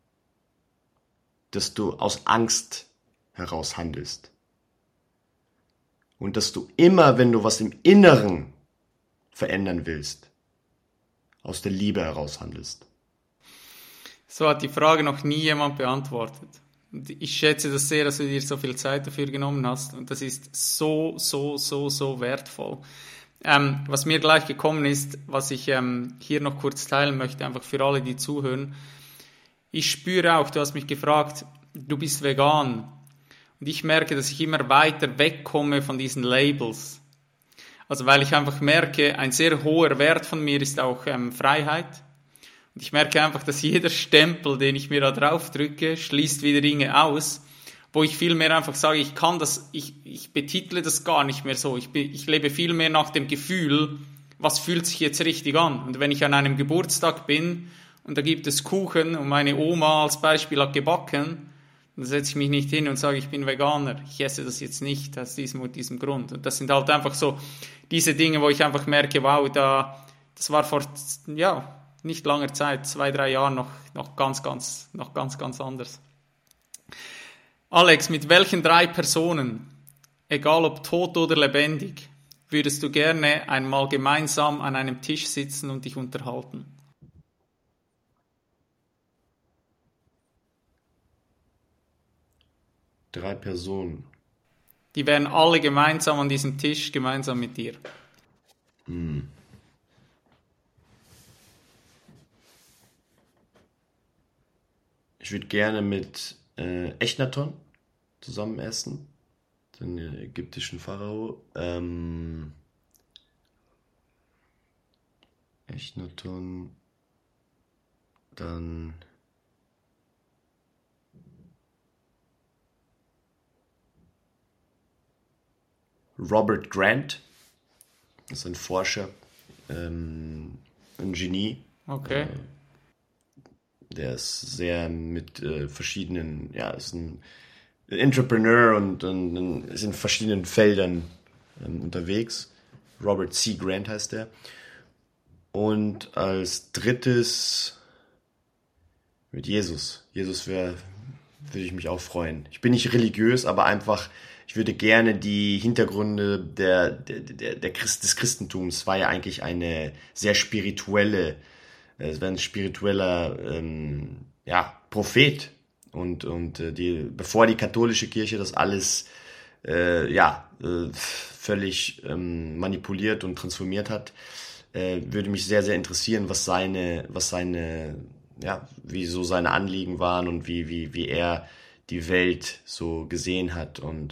dass du aus Angst heraus handelst. Und dass du immer, wenn du was im Inneren verändern willst, aus der Liebe heraus handelst. So hat die Frage noch nie jemand beantwortet. Und ich schätze das sehr, dass du dir so viel Zeit dafür genommen hast. Und das ist so wertvoll. Was mir gleich gekommen ist, was ich hier noch kurz teilen möchte, einfach für alle, die zuhören. Ich spüre auch, du hast mich gefragt, du bist vegan. Und ich merke, dass ich immer weiter wegkomme von diesen Labels. Also weil ich einfach merke, ein sehr hoher Wert von mir ist auch Freiheit. Und ich merke einfach, dass jeder Stempel, den ich mir da drauf drücke, schließt wieder Dinge aus, wo ich viel mehr einfach sage, ich betitle das gar nicht mehr so. Ich lebe viel mehr nach dem Gefühl, was fühlt sich jetzt richtig an. Und wenn ich an einem Geburtstag bin und da gibt es Kuchen und meine Oma als Beispiel hat gebacken, dann setze ich mich nicht hin und sage, ich bin Veganer. Ich esse das jetzt nicht aus diesem Grund. Und das sind halt einfach so diese Dinge, wo ich einfach merke, wow, das war vor nicht langer Zeit, 2-3 Jahren noch ganz anders. Alex, mit welchen 3 Personen, egal ob tot oder lebendig, würdest du gerne einmal gemeinsam an einem Tisch sitzen und dich unterhalten? Drei Personen. Die wären alle gemeinsam an diesem Tisch, gemeinsam mit dir. Ich würde gerne mit Echnaton zusammen essen, den ägyptischen Pharao. Echnaton, dann Robert Grant, das ist ein Forscher, ein Genie. Okay. Der ist sehr mit verschiedenen, ist ein Entrepreneur und ist in verschiedenen Feldern unterwegs. Robert C. Grant heißt der. Und als drittes mit Jesus. würde ich mich auch freuen. Ich bin nicht religiös, aber einfach, ich würde gerne die Hintergründe des Christentums, war ja eigentlich eine sehr spirituelle, es war ein spiritueller Prophet und bevor die katholische Kirche das alles völlig manipuliert und transformiert hat, würde mich sehr, sehr interessieren, wie so seine Anliegen waren und wie er die Welt so gesehen hat und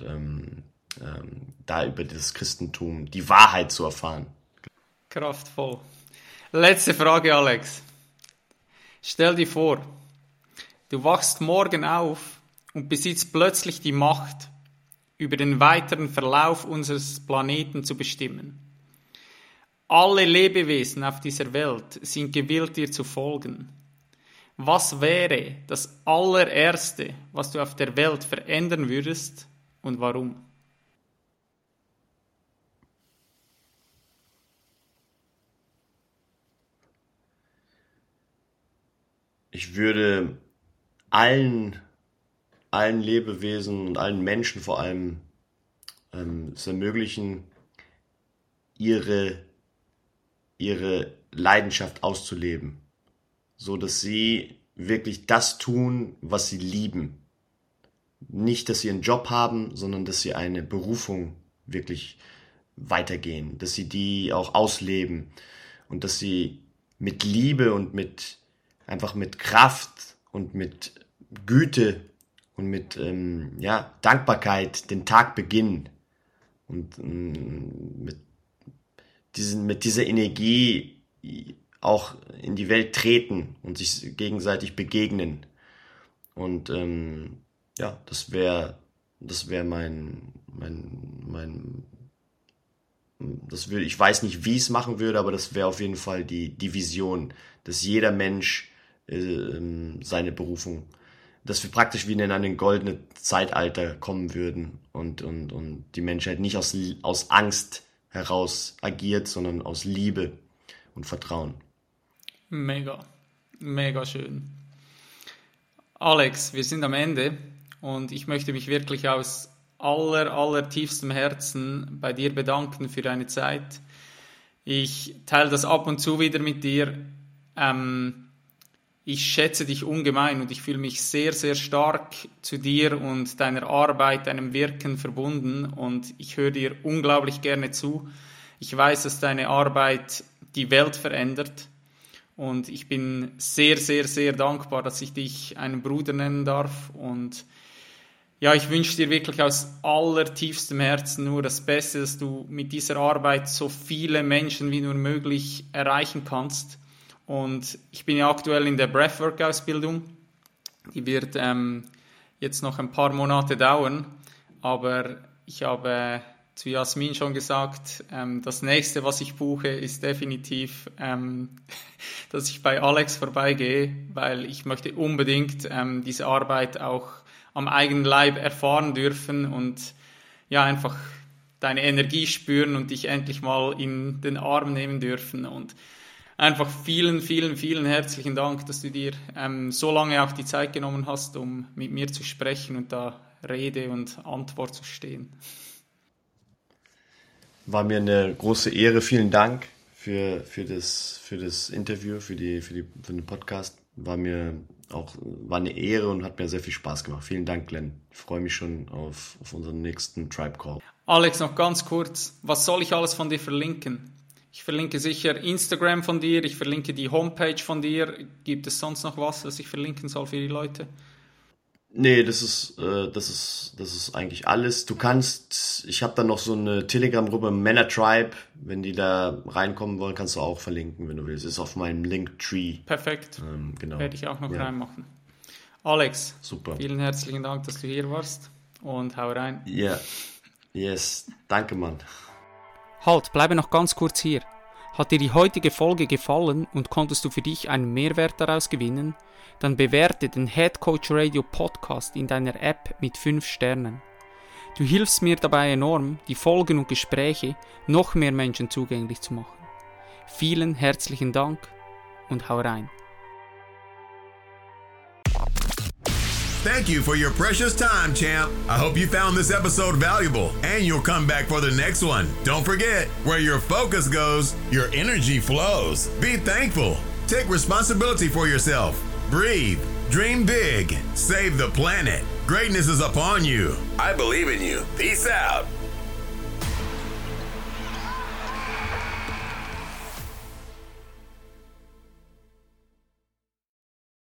da über das Christentum die Wahrheit zu erfahren. Kraftvoll. Letzte Frage, Alex. Stell dir vor, du wachst morgen auf und besitzt plötzlich die Macht, über den weiteren Verlauf unseres Planeten zu bestimmen. Alle Lebewesen auf dieser Welt sind gewillt, dir zu folgen. Was wäre das allererste, was du auf der Welt verändern würdest und warum? Ich würde allen Lebewesen und allen Menschen vor allem es ermöglichen, ihre Leidenschaft auszuleben, so dass sie wirklich das tun, was sie lieben. Nicht, dass sie einen Job haben, sondern dass sie eine Berufung wirklich weitergehen, dass sie die auch ausleben und dass sie mit Liebe und mit Kraft und mit Güte und mit Dankbarkeit den Tag beginnen und mit dieser Energie auch in die Welt treten und sich gegenseitig begegnen. Und das wäre ich weiß nicht, wie ich es machen würde, aber das wäre auf jeden Fall die Vision, dass jeder Mensch seine Berufung, dass wir praktisch wie in einem goldenen Zeitalter kommen würden und die Menschheit nicht aus Angst heraus agiert, sondern aus Liebe und Vertrauen. Mega, mega schön. Alex, wir sind am Ende und ich möchte mich wirklich aus allertiefstem Herzen bei dir bedanken für deine Zeit. Ich teile das ab und zu wieder mit dir. Ich schätze dich ungemein und ich fühle mich sehr, sehr stark zu dir und deiner Arbeit, deinem Wirken verbunden und ich höre dir unglaublich gerne zu. Ich weiß, dass deine Arbeit die Welt verändert und ich bin sehr, sehr, sehr dankbar, dass ich dich einen Bruder nennen darf und ja, ich wünsche dir wirklich aus allertiefstem Herzen nur das Beste, dass du mit dieser Arbeit so viele Menschen wie nur möglich erreichen kannst. Und ich bin ja aktuell in der Breathwork-Ausbildung. Die wird jetzt noch ein paar Monate dauern. Aber ich habe zu Jasmin schon gesagt, das nächste, was ich buche, ist definitiv, dass ich bei Alex vorbeigehe, weil ich möchte unbedingt diese Arbeit auch am eigenen Leib erfahren dürfen und ja, einfach deine Energie spüren und dich endlich mal in den Arm nehmen dürfen. Und einfach vielen, vielen, vielen herzlichen Dank, dass du dir so lange auch die Zeit genommen hast, um mit mir zu sprechen und da Rede und Antwort zu stehen. War mir eine große Ehre. Vielen Dank für das Interview, für den Podcast. War eine Ehre und hat mir sehr viel Spaß gemacht. Vielen Dank, Glenn. Ich freue mich schon auf unseren nächsten Tribe Call. Alex, noch ganz kurz. Was soll ich alles von dir verlinken? Ich verlinke sicher Instagram von dir, ich verlinke die Homepage von dir. Gibt es sonst noch was ich verlinken soll für die Leute? Nee, das ist eigentlich alles. Ich habe dann noch so eine Telegram-Gruppe Männer Tribe. Wenn die da reinkommen wollen, kannst du auch verlinken, wenn du willst. Ist auf meinem Linktree. Perfekt. Genau. Werde ich auch noch reinmachen. Alex, super. Vielen herzlichen Dank, dass du hier warst und hau rein. Ja, yeah. Yes, danke, Mann. Halt, bleibe noch ganz kurz hier. Hat dir die heutige Folge gefallen und konntest du für dich einen Mehrwert daraus gewinnen? Dann bewerte den Head Coach Radio Podcast in deiner App mit 5 Sternen. Du hilfst mir dabei enorm, die Folgen und Gespräche noch mehr Menschen zugänglich zu machen. Vielen herzlichen Dank und hau rein. Thank you for your precious time, champ. I hope you found this episode valuable and you'll come back for the next one. Don't forget, where your focus goes, your energy flows. Be thankful. Take responsibility for yourself. Breathe. Dream big. Save the planet. Greatness is upon you. I believe in you. Peace out.